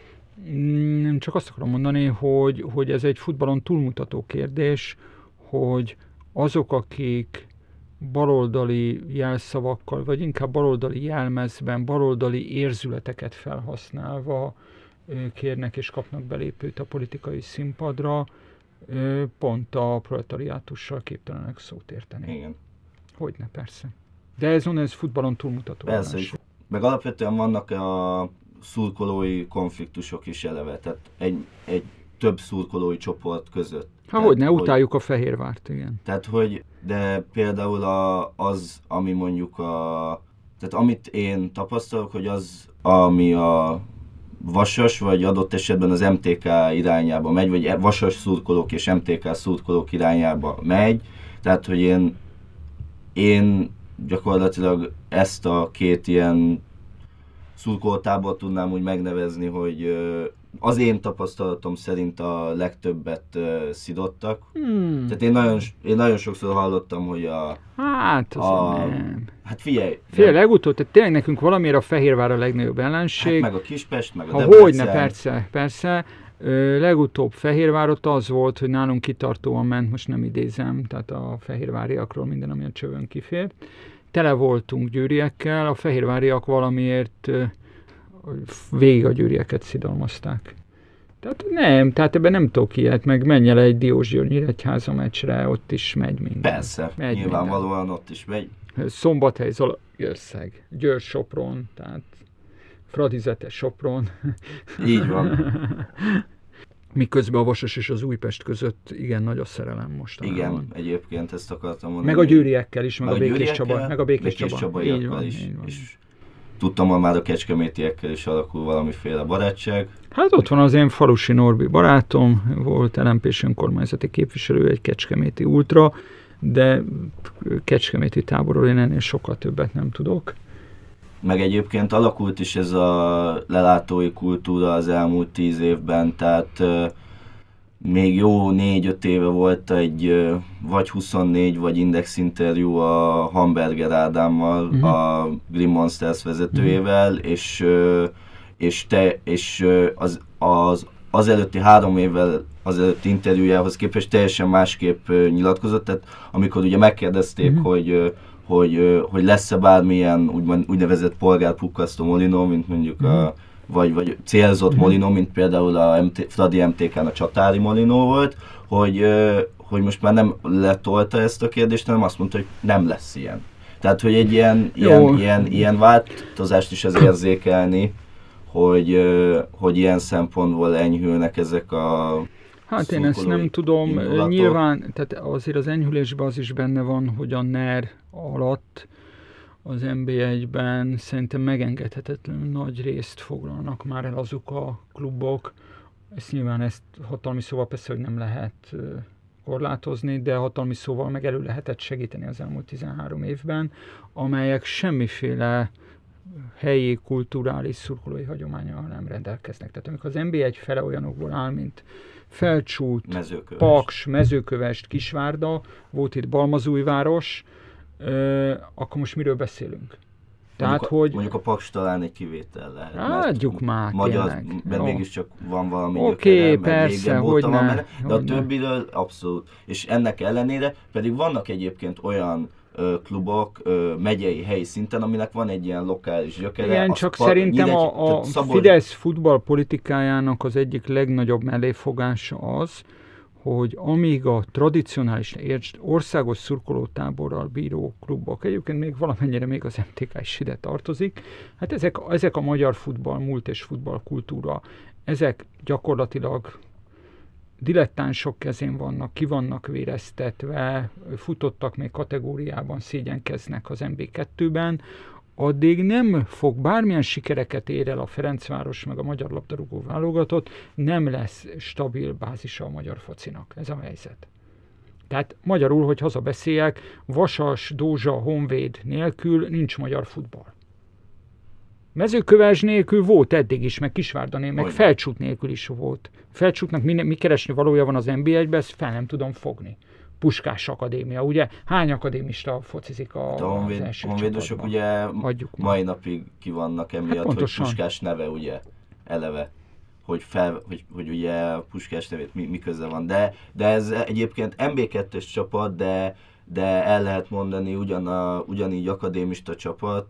Csak azt akarom mondani, hogy ez egy futballon túlmutató kérdés, hogy azok, akik baloldali jelszavakkal, vagy inkább baloldali jelmezben, baloldali érzületeket felhasználva kérnek és kapnak belépőt a politikai színpadra, pont a proletariátussal képtelenek szót érteni. Igen. Hogyne, persze. De ez futballon túlmutató. Persze, meg alapvetően vannak a szurkolói konfliktusok is eleve, tehát egy több szurkolói csoport között. Hogyne, utáljuk a Fehérvárt, igen. Tehát, hogy, de például az, ami mondjuk tehát amit én tapasztalok, hogy az, ami a Vasas, vagy adott esetben az MTK irányába megy, vagy Vasas szurkolók és MTK szurkolók irányába megy, tehát, hogy én gyakorlatilag ezt a két ilyen szurkolótábort tudnám úgy megnevezni, hogy az én tapasztalatom szerint a legtöbbet szidottak. Tehát én nagyon sokszor hallottam, hogy hát nem. Hát figyelj, legutóbb, tehát tényleg nekünk valamiért a Fehérvár a legnagyobb ellenség. Hát meg a Kispest, meg a Debrecen. Hogyne, persze. Legutóbb Fehérvárot az volt, hogy nálunk kitartóan ment, most nem idézem, tehát a fehérváriakról minden, ami a csövön kifér. Tele voltunk győriekkel, a fehérváriak valamiért végig a győrieket szidalmazták. Tehát ebben nem tudok ilyet, meg menj el egy Diósgyőr-Nyíregyháza meccsre, ott is megy minden. Persze, nyilvánvalóan minden. Ott is megy. Szombathely, Zalaegerszeg, Győr-Sopron, tehát Fradizete-Sopron. Így van. Miközben a Vasas és az Újpest között igen nagy a szerelem most. Igen, egyébként ezt akartam mondani. Meg a győriekkel is, meg a Békés Csaba. Meg a Békés Csabaiakkal is. És tudtam, hogy már a kecskemétiekkel is alakul valamiféle barátság. Hát ott van az én Falusi Norbi barátom, volt LMP-s önkormányzati képviselő, egy kecskeméti ultra, de kecskeméti táborról én ennél sokkal többet nem tudok. Meg egyébként alakult is ez a lelátói kultúra az elmúlt 10 évben, tehát még jó 4-5 éve volt egy vagy 24 vagy Index interjú a Hamburger Ádámmal, a Green Monsters vezetőjével, és az előtti 3 évvel az előtti interjújához képest teljesen másképp nyilatkozott, tehát amikor ugye megkérdezték, hogy lesz-e bármilyen úgynevezett polgárpukkasztó molinó, mint mondjuk vagy célzott molinó, mint például a Fradi MTK-n a Csatári molinó volt, hogy most már nem letolta ezt a kérdést, hanem azt mondta, hogy nem lesz ilyen. Tehát, hogy egy ilyen változást is az érzékelni, hogy ilyen szempontból enyhülnek ezek a hát én ezt nem tudom, indulatok. Nyilván, tehát azért az enyhülésben az is benne van, hogy a NER alatt az NB1-ben szerintem megengedhetetlenül nagy részt foglalnak már el azok a klubok. Ezt hatalmi szóval persze, hogy nem lehet korlátozni, de hatalmi szóval meg elő lehetett segíteni az elmúlt 13 évben, amelyek semmiféle helyi, kulturális, szurkolói hagyománnyal nem rendelkeznek. Tehát amikor az NB1 fele olyanokból áll, mint Felcsút, Paks, Mezőkövesd, Kisvárda, volt itt Balmazújváros, akkor most miről beszélünk? Tehát, mondjuk a Paks talán egy kivétel lehet. Adjuk már, mert mégiscsak van valami gyökere, persze, hogy van benne, de a többiről abszolút. És ennek ellenére pedig vannak egyébként olyan klubok megyei, helyi szinten, aminek van egy ilyen lokális gyökere. Igen, csak szerintem a Fidesz futballpolitikájának az egyik legnagyobb melléfogása az, hogy amíg a tradicionális országos szurkolótáborral bíró klubok, egyébként még valamennyire még az MTK is ide tartozik, hát ezek a magyar futball, múlt és futballkultúra, ezek gyakorlatilag dilettánsok kezén vannak, ki vannak véreztetve, futottak még kategóriában, szégyenkeznek az MB2-ben, addig nem fog bármilyen sikereket ér el a Ferencváros meg a magyar labdarúgó válogatott, nem lesz stabil bázisa a magyar focinak. Ez a helyzet. Tehát magyarul, hogy hazabeszéljek, Vasas, Dózsa, Honvéd nélkül nincs magyar futball. Mezőkövesd nélkül volt eddig is, meg Kisvárda nélkül, meg Felcsút nélkül is volt. Felcsútnak mi keresni valója van az NB1-ben, ezt fel nem tudom fogni. Puskás Akadémia, ugye? Hány akadémista focizik az első honvédosok ugye mai napig ki vannak emiatt, hogy Puskás neve ugye eleve, hogy ugye Puskás nevét mi köze van. De ez egyébként MB2-es csapat, de el lehet mondani ugyanígy akadémista csapat,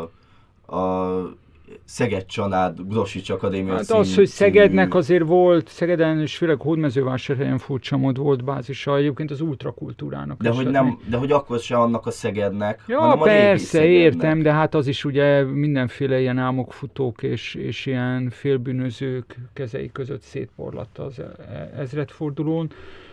a Szeged-Csanád Grosics Akadémia Hát az, hogy Szegednek azért volt, Szegeden és főleg Hódmezővásárhelyen furcsa mód volt bázisa egyébként az ultrakultúrának. De hogy akkor se annak a Szegednek, ja, hanem persze, értem, de hát az is ugye mindenféle ilyen álmokfutók és ilyen félbűnözők kezei között szétporlatta az ezredfordulón.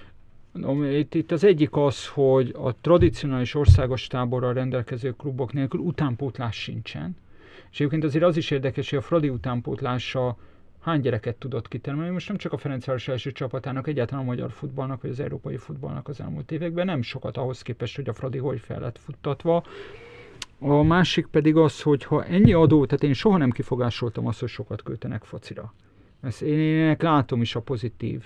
Itt az egyik az, hogy a tradicionális országos táborral rendelkező klubok nélkül utánpótlás sincsen. És egyébként azért az is érdekes, hogy a Fradi utánpótlása hány gyereket tudott kitermelni. Most nem csak a Ferencváros első csapatának, egyáltalán a magyar futballnak, vagy az európai futballnak az elmúlt években, nem sokat ahhoz képest, hogy a Fradi hogy fel lett futtatva. A másik pedig az, hogy ha ennyi adó, tehát én soha nem kifogásoltam azt, hogy sokat költenek focira. Ezt én látom is a pozitív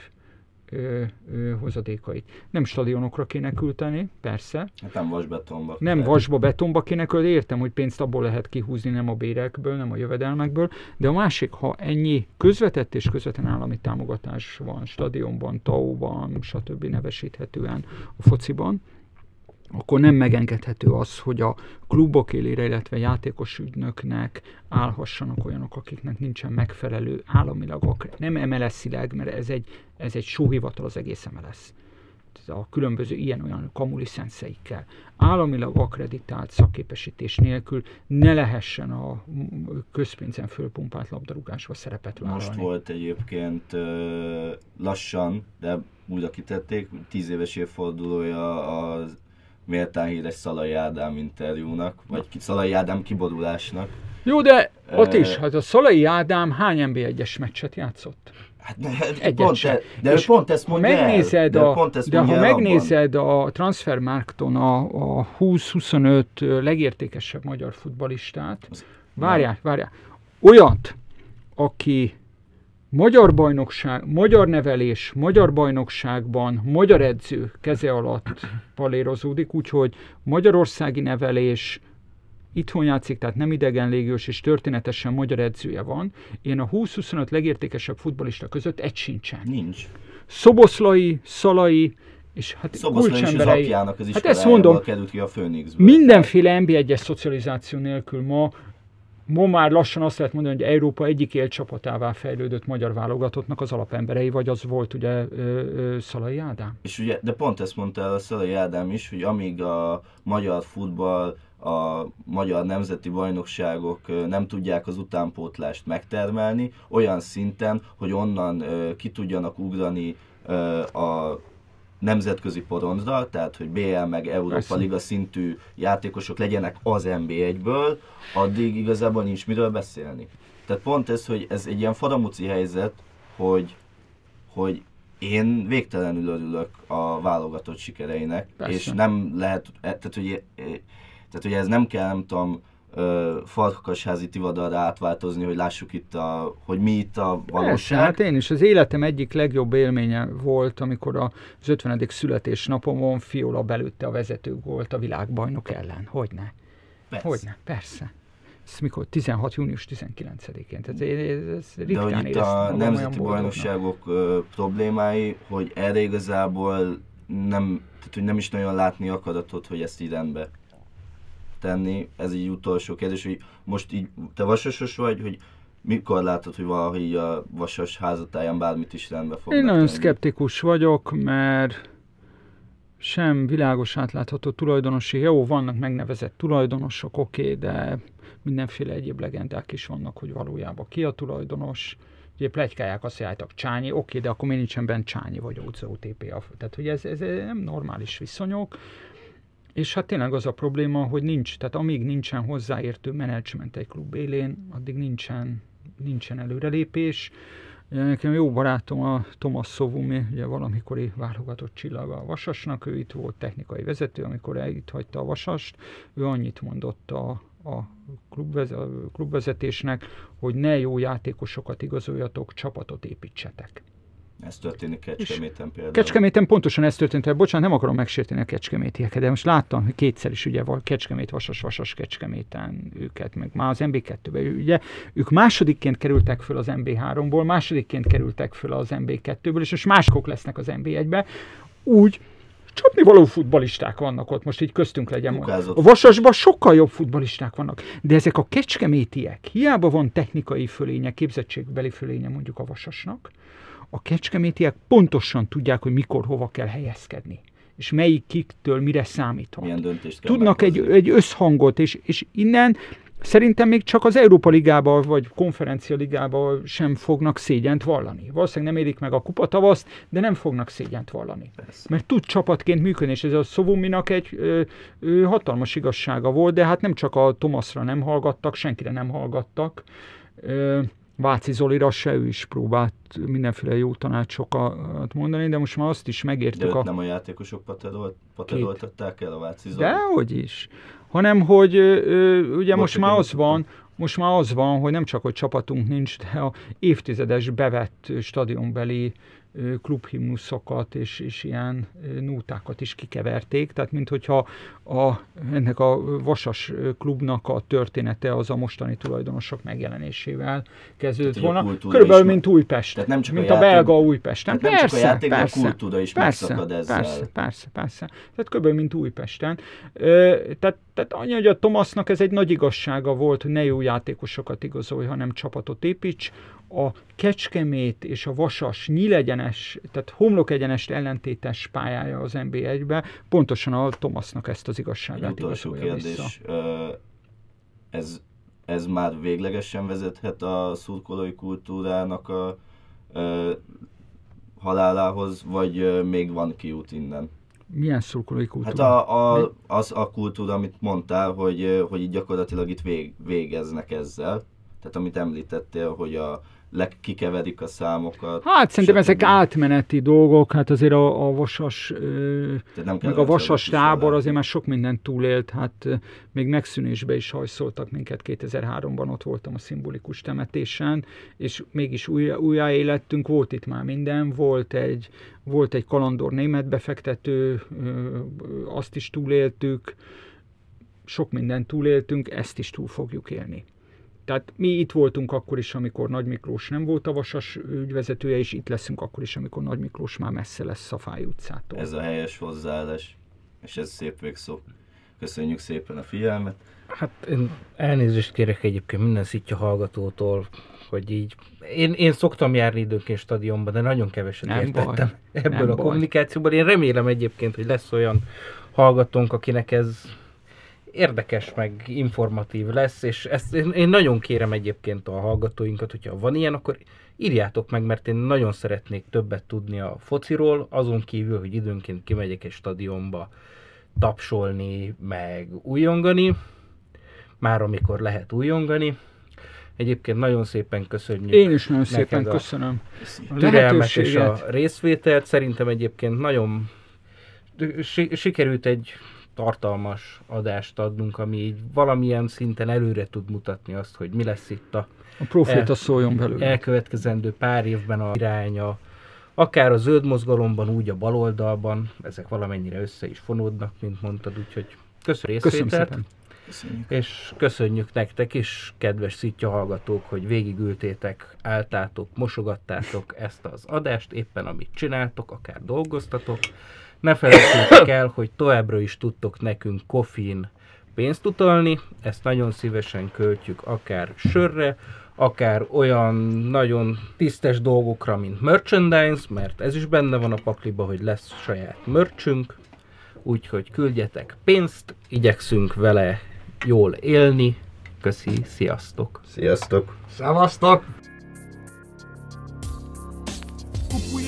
hozadékait. Nem stadionokra kéne költeni, persze. Hát nem vasbetonba. Nem vasba, betonba kéne költeni, értem, hogy pénzt abból lehet kihúzni, nem a bérekből, nem a jövedelmekből, de a másik, ha ennyi közvetett és közvetlen állami támogatás van stadionban, TAO-ban, stb. Nevesíthetően a fociban, akkor nem megengedhető az, hogy a klubok élére, illetve játékos ügynöknek állhassanak olyanok, akiknek nincsen megfelelő államilag, nem MLS-ileg, mert ez egy sóhivatal az egész MLS. A különböző ilyen-olyan kamulicenszeikkel. Államilag akkreditált szakképesítés nélkül ne lehessen a közpénzen fölpumpált labdarúgásba szerepet vállalni. Most volt egyébként lassan, de újra kitették, 10 éves évfordulója az méltán híres Szalai Ádám interjúnak, vagy Szalai Ádám kiborulásnak. Jó, de ott is, hát a Szalai Ádám hány NB1-es meccset játszott? Hát pont ezt mondja el. Ha megnézed a Transfermarkton a 20-25 legértékesebb magyar futballistát, várjál, olyat, aki magyar bajnokság, magyar nevelés, magyar bajnokságban, magyar edző keze alatt palérozódik, úgyhogy magyarországi nevelés, itthon játszik, tehát nem idegen légiós, és történetesen magyar edzője van. Én a 20-25 legértékesebb futballista között egy sincsen. Nincs. Szoboszlai, Szalai, és hát Szoboszlai és az apjának az iskolájából került ki a Főnixből. Mindenféle NB1-es szocializáció nélkül ma már lassan azt lehet mondani, hogy Európa egyik élcsapatává fejlődött magyar válogatottnak az alapemberei, vagy az volt ugye Szalai Ádám. És ugye, de pont ezt mondta el a Szalai Ádám is, hogy amíg a magyar futball, a magyar nemzeti bajnokságok nem tudják az utánpótlást megtermelni, olyan szinten, hogy onnan ki tudjanak ugrani a nemzetközi porondra, tehát hogy BL meg Európa Liga szintű játékosok legyenek az NB1-ből, addig igazából nincs miről beszélni. Tehát pont ez, hogy ez egy ilyen faramuci helyzet, hogy én végtelenül örülök a válogatott sikereinek, persze. És nem lehet, tehát hogy ez nem kell, nem tudom, Farkasházi Tivadalra átváltozni, hogy lássuk itt, hogy mi itt a valóság. Persze, hát én is. Az életem egyik legjobb élménye volt, amikor az 50. születésnapomon Fiola belőtte a vezetőgólt a világbajnok ellen. Hogyne? Persze. Hogyne? Persze. Ez mikor? 16. június 19-én. Tehát ez de hogy itt a nemzeti bajnokságok problémái, hogy erre igazából nem is nagyon látni akaratot, hogy ezt így rendbe tenni. Ez így utolsó kérdés, hogy most így te vasasos vagy, hogy mikor látod, hogy valahogy így a Vasas házatáján bármit is rendbe fognak Én nagyon tenni? szkeptikus vagyok, mert sem világos átlátható tulajdonosi, jó, vannak megnevezett tulajdonosok, oké, de mindenféle egyéb legendák is vannak, hogy valójában ki a tulajdonos. Ugye pletykálják azt, hogy álltak Csányi, oké, de akkor miért nincsen bent Csányi vagy OTP. Tehát, hogy ez nem normális viszonyok. És hát tényleg az a probléma, hogy nincs, tehát amíg nincsen hozzáértő menedzsment egy klub élén, addig nincsen előrelépés. Nekem jó barátom a Thomas Szovumi, ugye valamikori válogatott csillaga a Vasasnak, ő itt volt technikai vezető, amikor itt hagyta a Vasast, ő annyit mondott a klubvezetésnek, hogy ne jó játékosokat igazoljatok, csapatot építsetek. Ez történik Kecskeméten például. Kecskeméten pontosan ez történt, bocsánat, nem akarom megsérteni a kecskemétieket, de most láttam kétszer is, ugye Kecskemét, Vasas Kecskeméten őket, meg már az MB2-ben, ugye ők másodikként kerültek föl az MB3-ból, másodikként kerültek föl az MB2-ből, és most máskok lesznek az MB1-be, úgy csapnivaló futballisták vannak ott, most így köztünk legyen mondva. A Vasasban sokkal jobb futballisták vannak, de ezek a kecskemétiek, hiába van technikai fölénye, képzettségbeli fölénye mondjuk a Vasasnak, a kecskemétiek pontosan tudják, hogy mikor, hova kell helyezkedni, és melyik kiktől mire számíthat. Milyen döntést kell tudnak egy összhangot, és innen szerintem még csak az Európa Ligában vagy Konferencia Ligában sem fognak szégyent vallani. Valószínűleg nem érik meg a kupatavaszt, de nem fognak szégyent vallani. Persze. Mert tud csapatként működni, és ez a Szovuminak egy hatalmas igazsága volt, de hát nem csak a Thomasra nem hallgattak, senkire nem hallgattak. Váci Zolira se, ő is próbált mindenféle jó tanácsokat mondani, de most már azt is megértük. De nem a játékosok patedoltatták el a Váci Zolit? Dehogy is. Hanem, hogy ugye most már az van, hogy nem csak, hogy csapatunk nincs, de a évtizedes bevett stadionbeli klubhimnuszokat és ilyen nótákat is kikeverték, tehát minthogyha ennek a Vasas klubnak a története az a mostani tulajdonosok megjelenésével kezdődött volna. Körülbelül, mint Újpest, mint a belga Újpest. Tehát nem csak a játék, a kultúra is megszakad ezzel. Persze. Tehát körülbelül, mint Újpesten. Tehát annyi, hogy a Thomasnak ez egy nagy igazsága volt, hogy ne jó játékosokat igazolj, hanem csapatot építs. A Kecskemét és a Vasas nyílegyenes, tehát homlokegyenest ellentétes pályája az NB1-be, pontosan a Thomasnak ezt az igazságát igazolja vissza. Ez már véglegesen vezethet a szurkolói kultúrának a halálához, vagy még van kiút innen? Milyen szurkolói kultúra? Hát az a kultúra, amit mondtál, hogy gyakorlatilag itt végeznek ezzel. Tehát amit említettél, hogy kikeverik a számokat. Hát szerintem ezek átmeneti dolgok, hát azért a Vasas, meg a Vasas tábor azért már sok mindent túlélt, hát még megszűnésbe is hajszoltak minket, 2003-ban ott voltam a szimbolikus temetésen, és mégis újjáélettünk, volt itt már minden, volt egy kalandor német befektető, azt is túléltük, sok mindent túléltünk, ezt is túl fogjuk élni. Tehát mi itt voltunk akkor is, amikor Nagy Miklós nem volt a Vasas ügyvezetője, és itt leszünk akkor is, amikor Nagy Miklós már messze lesz Szafályi utcától. Ez a helyes hozzáállás, és ez szép végszó. Köszönjük szépen a figyelmet. Hát én elnézést kérek egyébként minden szitja hallgatótól, hogy így... Én szoktam járni időnként stadionba, de nagyon keveset értettem ebből a kommunikációból. Én remélem egyébként, hogy lesz olyan hallgatónk, akinek ez érdekes, meg informatív lesz, és ezt én nagyon kérem egyébként a hallgatóinkat, hogyha van ilyen, akkor írjátok meg, mert én nagyon szeretnék többet tudni a fociról, azon kívül, hogy időnként kimegyek egy stadionba tapsolni, meg újongani, már amikor lehet újongani. Egyébként nagyon szépen köszönjük. Én is nagyon szépen köszönöm a türelmet és a részvételt. Szerintem egyébként nagyon sikerült egy tartalmas adást adnunk, ami így valamilyen szinten előre tud mutatni azt, hogy mi lesz itt a proféta szóljon belőle. Elkövetkezendő pár évben a iránya, akár a zöld mozgalomban, úgy a baloldalban, ezek valamennyire össze is fonódnak, mint mondtad, úgyhogy köszönjük részvételt. És köszönjük nektek is, kedves szitja hallgatók, hogy végigültétek, álltátok, mosogattátok ezt az adást, éppen amit csináltok, akár dolgoztatok. Ne felejtsétek el, hogy továbbra is tudtok nekünk koffein pénzt utalni, ezt nagyon szívesen költjük akár sörre, akár olyan nagyon tisztes dolgokra, mint merchandise, mert ez is benne van a pakliba, hogy lesz saját merchünk, úgyhogy küldjetek pénzt, igyekszünk vele jól élni. Köszi, sziasztok! Sziasztok! Szevasztok!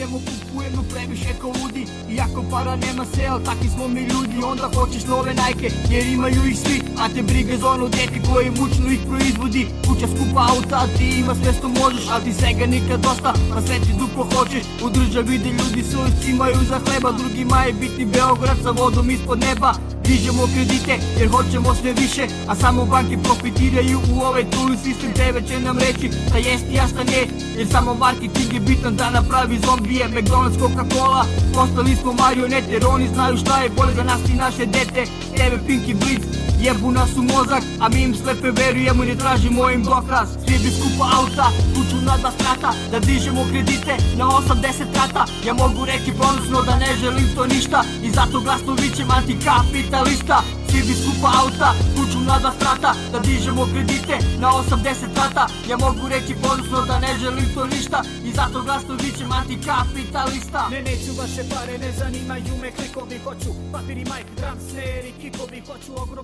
pijemo, kupujemo previše ko ludi. Iako para nema sel, takvi smo mi ljudi. Onda hoćeš nove Nike, jer imaju ih svi. A te briga za ono dete koje mučno ih proizvodi. Kuća skupa auta, a ti ima sve što možeš. A ti svega nikad dosta, pa sve ti duplo hoćeš. U državi gde ljudi svoju cimaju za hleba. Drugima je bitni Beograd sa vodom ispod neba. Dižemo kredite jer hoćemo sve više, a samo banke profitiraju u ovaj truli sistem. TV će nam reći da jesti jasna nije, jer samo marketing je bitan da napravi zombije. McDonald's, Coca-Cola, postali smo marionete, jer oni znaju šta je bolje za nas i naše dete. TV, Pink i Blitz jebu nas u mozak, a mi im slepe verujemo i ne tražimo im dokaz. Svi bi skupa auta, kuću na 2 sprata, da dižemo kredite na 8-10 rata. Ja mogu reći ponosno da ne želim to ništa, i zato glasno vičem antikapitalista. Svi bi skupa auta, kuću na 2 sprata, da dižemo kredite na 8-10 rata. Ja mogu reći ponosno da ne želim to ništa, i zato glasno vičem antikapitalista. Ne, neću vaše pare, ne zanimaju me klikovi, hoću papir i majk, drum, snare i kikovi, hoću